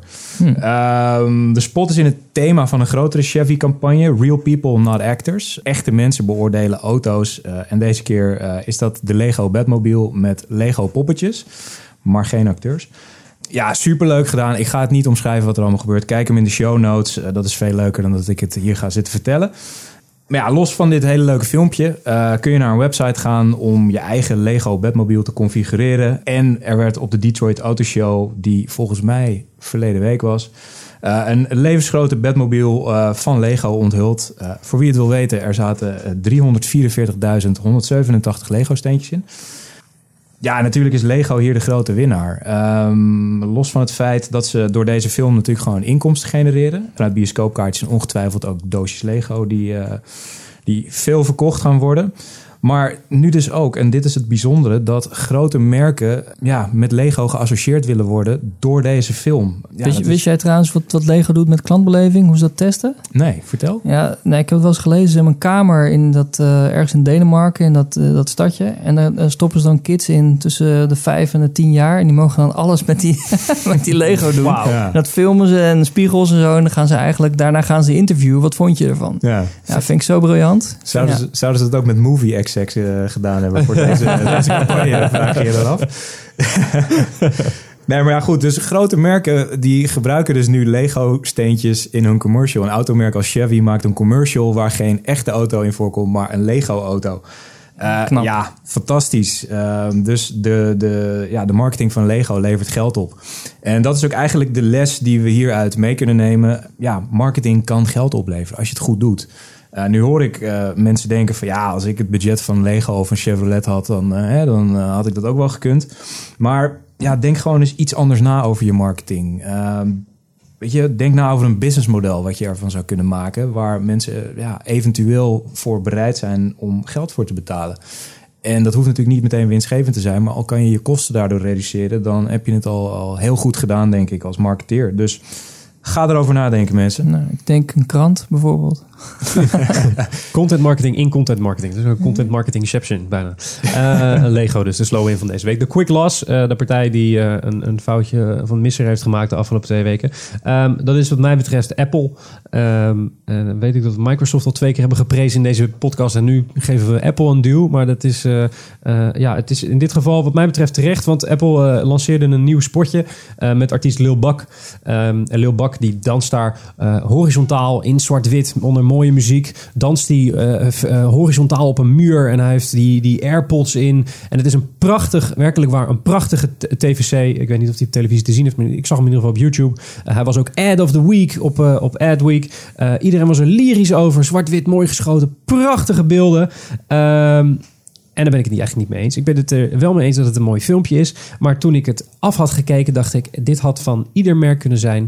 De spot is in het thema van een grotere Chevy-campagne. Real people, not actors. Echte mensen beoordelen auto's. En deze keer is dat de Lego Batmobile met Lego poppetjes. Maar geen acteurs. Ja, superleuk gedaan. Ik ga het niet omschrijven wat er allemaal gebeurt. Kijk hem in de show notes. Dat is veel leuker dan dat ik het hier ga zitten vertellen. Maar ja, los van dit hele leuke filmpje kun je naar een website gaan om je eigen Lego Batmobile te configureren. En er werd op de Detroit Auto Show, die volgens mij verleden week was, een levensgrote Batmobile van Lego onthuld. Voor wie het wil weten, er zaten 344.187 Lego steentjes in. Ja, natuurlijk is Lego hier de grote winnaar. Los van het feit dat ze door deze film natuurlijk gewoon inkomsten genereren. Vanuit bioscoopkaartjes en ongetwijfeld ook doosjes Lego die veel verkocht gaan worden. Maar nu dus ook, en dit is het bijzondere, dat grote merken met Lego geassocieerd willen worden door deze film. Ja, wist jij trouwens wat Lego doet met klantbeleving? Hoe ze dat testen? Nee, vertel. Ja, nee, ik heb het wel eens gelezen. Ze hebben een kamer in ergens in Denemarken, in dat stadje. En daar stoppen ze dan kids in tussen de 5 en de 10 jaar. En die mogen dan alles met die Lego doen. Wow. Ja. Dat filmen ze en spiegels en zo. En dan gaan ze daarna gaan ze interviewen. Wat vond je ervan? Ja, vind ik zo briljant. Zouden ze dat ook met Movie Execs gedaan hebben voor deze campagne? Vraag je dan af. Nee, maar ja, goed. Dus grote merken die gebruiken dus nu Lego-steentjes in hun commercial. Een automerk als Chevy maakt een commercial waar geen echte auto in voorkomt, maar een Lego-auto. Ja, fantastisch. Dus de marketing van Lego levert geld op. En dat is ook eigenlijk de les die we hieruit mee kunnen nemen. Ja, marketing kan geld opleveren als je het goed doet. Nu hoor ik mensen denken van ja, als ik het budget van Lego of een Chevrolet had, dan had ik dat ook wel gekund. Maar ja, denk gewoon eens iets anders na over je marketing. Weet je, denk nou over een businessmodel wat je ervan zou kunnen maken, waar mensen eventueel voor bereid zijn om geld voor te betalen. En dat hoeft natuurlijk niet meteen winstgevend te zijn, maar al kan je je kosten daardoor reduceren, dan heb je het al heel goed gedaan, denk ik, als marketeer. Dus ga erover nadenken, mensen. Nou, ik denk een krant bijvoorbeeld. Content marketing in content marketing. Dus een content marketingception bijna. Lego dus, de slow-in van deze week. De Quick Loss, de partij die een foutje van misser heeft gemaakt de afgelopen 2 weken. Dat is wat mij betreft Apple. Weet ik dat we Microsoft al 2 keer hebben geprezen in deze podcast. En nu geven we Apple een duw. Maar dat is, het is in dit geval wat mij betreft terecht. Want Apple lanceerde een nieuw spotje met artiest Lil Buck. Lil Buck die danst daar horizontaal in zwart-wit onder mooie muziek. Danst hij horizontaal op een muur. En hij heeft die AirPods in. En het is een werkelijk waar een prachtige TVC. Ik weet niet of hij op televisie te zien heeft, maar ik zag hem in ieder geval op YouTube. Hij was ook Ad of the Week op Ad Week. Iedereen was er lyrisch over. Zwart-wit, mooi geschoten. Prachtige beelden. En daar ben ik het eigenlijk niet mee eens. Ik ben het er wel mee eens dat het een mooi filmpje is. Maar toen ik het af had gekeken, dacht ik, dit had van ieder merk kunnen zijn.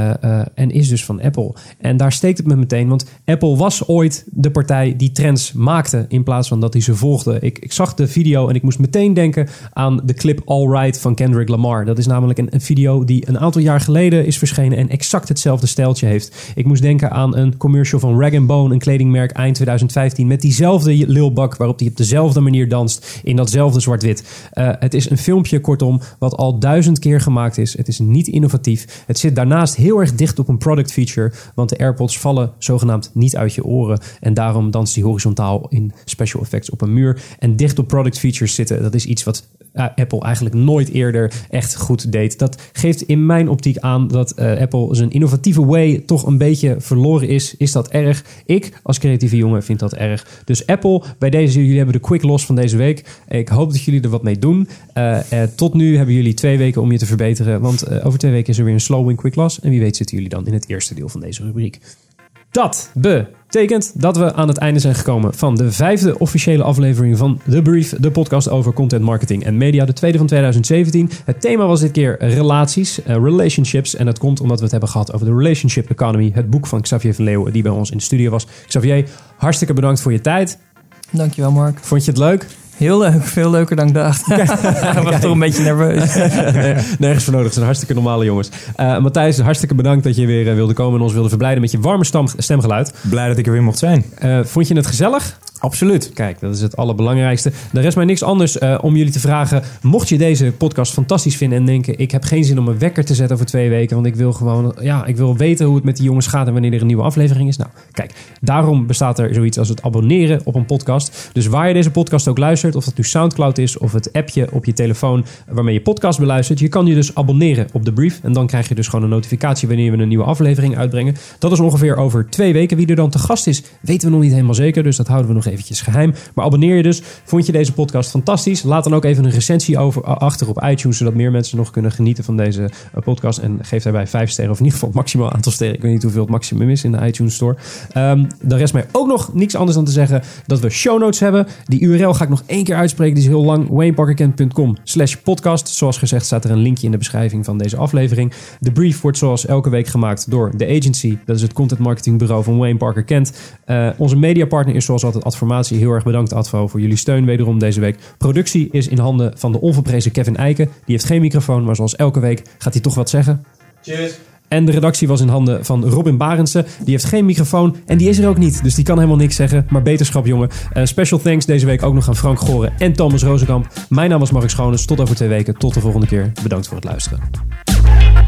En is dus van Apple. En daar steekt het me meteen. Want Apple was ooit de partij die trends maakte, in plaats van dat hij ze volgde. Ik zag de video en ik moest meteen denken aan de clip All Right van Kendrick Lamar. Dat is namelijk een video die een aantal jaar geleden is verschenen en exact hetzelfde stijltje heeft. Ik moest denken aan een commercial van Rag & Bone, een kledingmerk eind 2015, met diezelfde Lil Buck, waarop hij op dezelfde manier danst in datzelfde zwart-wit. Het is een filmpje, kortom, wat al 1000 keer gemaakt is. Het is niet innovatief. Het zit daarnaast heel erg dicht op een product feature, want de AirPods vallen zogenaamd niet uit je oren. En daarom danst die horizontaal in special effects op een muur. En dicht op product features zitten, dat is iets wat Apple eigenlijk nooit eerder echt goed deed. Dat geeft in mijn optiek aan dat Apple zijn innovatieve way toch een beetje verloren is. Is dat erg? Ik als creatieve jongen vind dat erg. Dus Apple, bij deze, jullie hebben de quick loss van deze week. Ik hoop dat jullie er wat mee doen. Tot nu hebben jullie 2 weken om je te verbeteren, want over 2 weken is er weer een slow win quick loss. En wie weet zitten jullie dan in het eerste deel van deze rubriek. Dat betekent dat we aan het einde zijn gekomen van de 5e officiële aflevering van The Brief, de podcast over content marketing en media, de 2e van 2017. Het thema was dit keer relaties, relationships. En dat komt omdat we het hebben gehad over de Relationship Economy, het boek van Xavier van Leeuwen, die bij ons in de studio was. Xavier, hartstikke bedankt voor je tijd. Dankjewel, Mark. Vond je het leuk? Heel leuk, veel leuker dan ik dacht. Ik was toch een beetje nerveus. Nergens voor nodig, het zijn hartstikke normale jongens. Matthijs, hartstikke bedankt dat je weer wilde komen en ons wilde verblijden met je warme stemgeluid. Blij dat ik er weer mocht zijn. Vond je het gezellig? Absoluut. Kijk, dat is het allerbelangrijkste. Er rest mij niks anders om jullie te vragen. Mocht je deze podcast fantastisch vinden en denken, ik heb geen zin om een wekker te zetten over 2 weken, want ik wil gewoon, ik wil weten hoe het met die jongens gaat en wanneer er een nieuwe aflevering is. Nou, kijk, daarom bestaat er zoiets als het abonneren op een podcast. Dus waar je deze podcast ook luistert, of dat nu Soundcloud is of het appje op je telefoon waarmee je podcast beluistert, je kan je dus abonneren op The Brief en dan krijg je dus gewoon een notificatie wanneer we een nieuwe aflevering uitbrengen. Dat is ongeveer over 2 weken. Wie er dan te gast is, weten we nog niet helemaal zeker, dus dat houden we nog eventjes geheim. Maar abonneer je dus. Vond je deze podcast fantastisch? Laat dan ook even een recensie achter op iTunes, zodat meer mensen nog kunnen genieten van deze podcast. En geef daarbij 5 sterren, of in ieder geval het maximaal aantal sterren. Ik weet niet hoeveel het maximum is in de iTunes Store. Dan rest mij ook nog niks anders dan te zeggen dat we show notes hebben. Die URL ga ik nog 1 keer uitspreken. Die is heel lang. wayneparkerkent.com/podcast. Zoals gezegd staat er een linkje in de beschrijving van deze aflevering. De brief wordt zoals elke week gemaakt door The Agency. Dat is het content marketingbureau van Wayne Parker Kent. Onze mediapartner is zoals altijd Adformatie. Heel erg bedankt Advo voor jullie steun wederom deze week. Productie is in handen van de onverprezen Kevin Eiken. Die heeft geen microfoon, maar zoals elke week gaat hij toch wat zeggen. Cheers. En de redactie was in handen van Robin Barendse. Die heeft geen microfoon en die is er ook niet. Dus die kan helemaal niks zeggen. Maar beterschap, jongen. Special thanks deze week ook nog aan Frank Goren en Thomas Rozenkamp. Mijn naam was Mark Schoones. Tot over 2 weken. Tot de volgende keer. Bedankt voor het luisteren.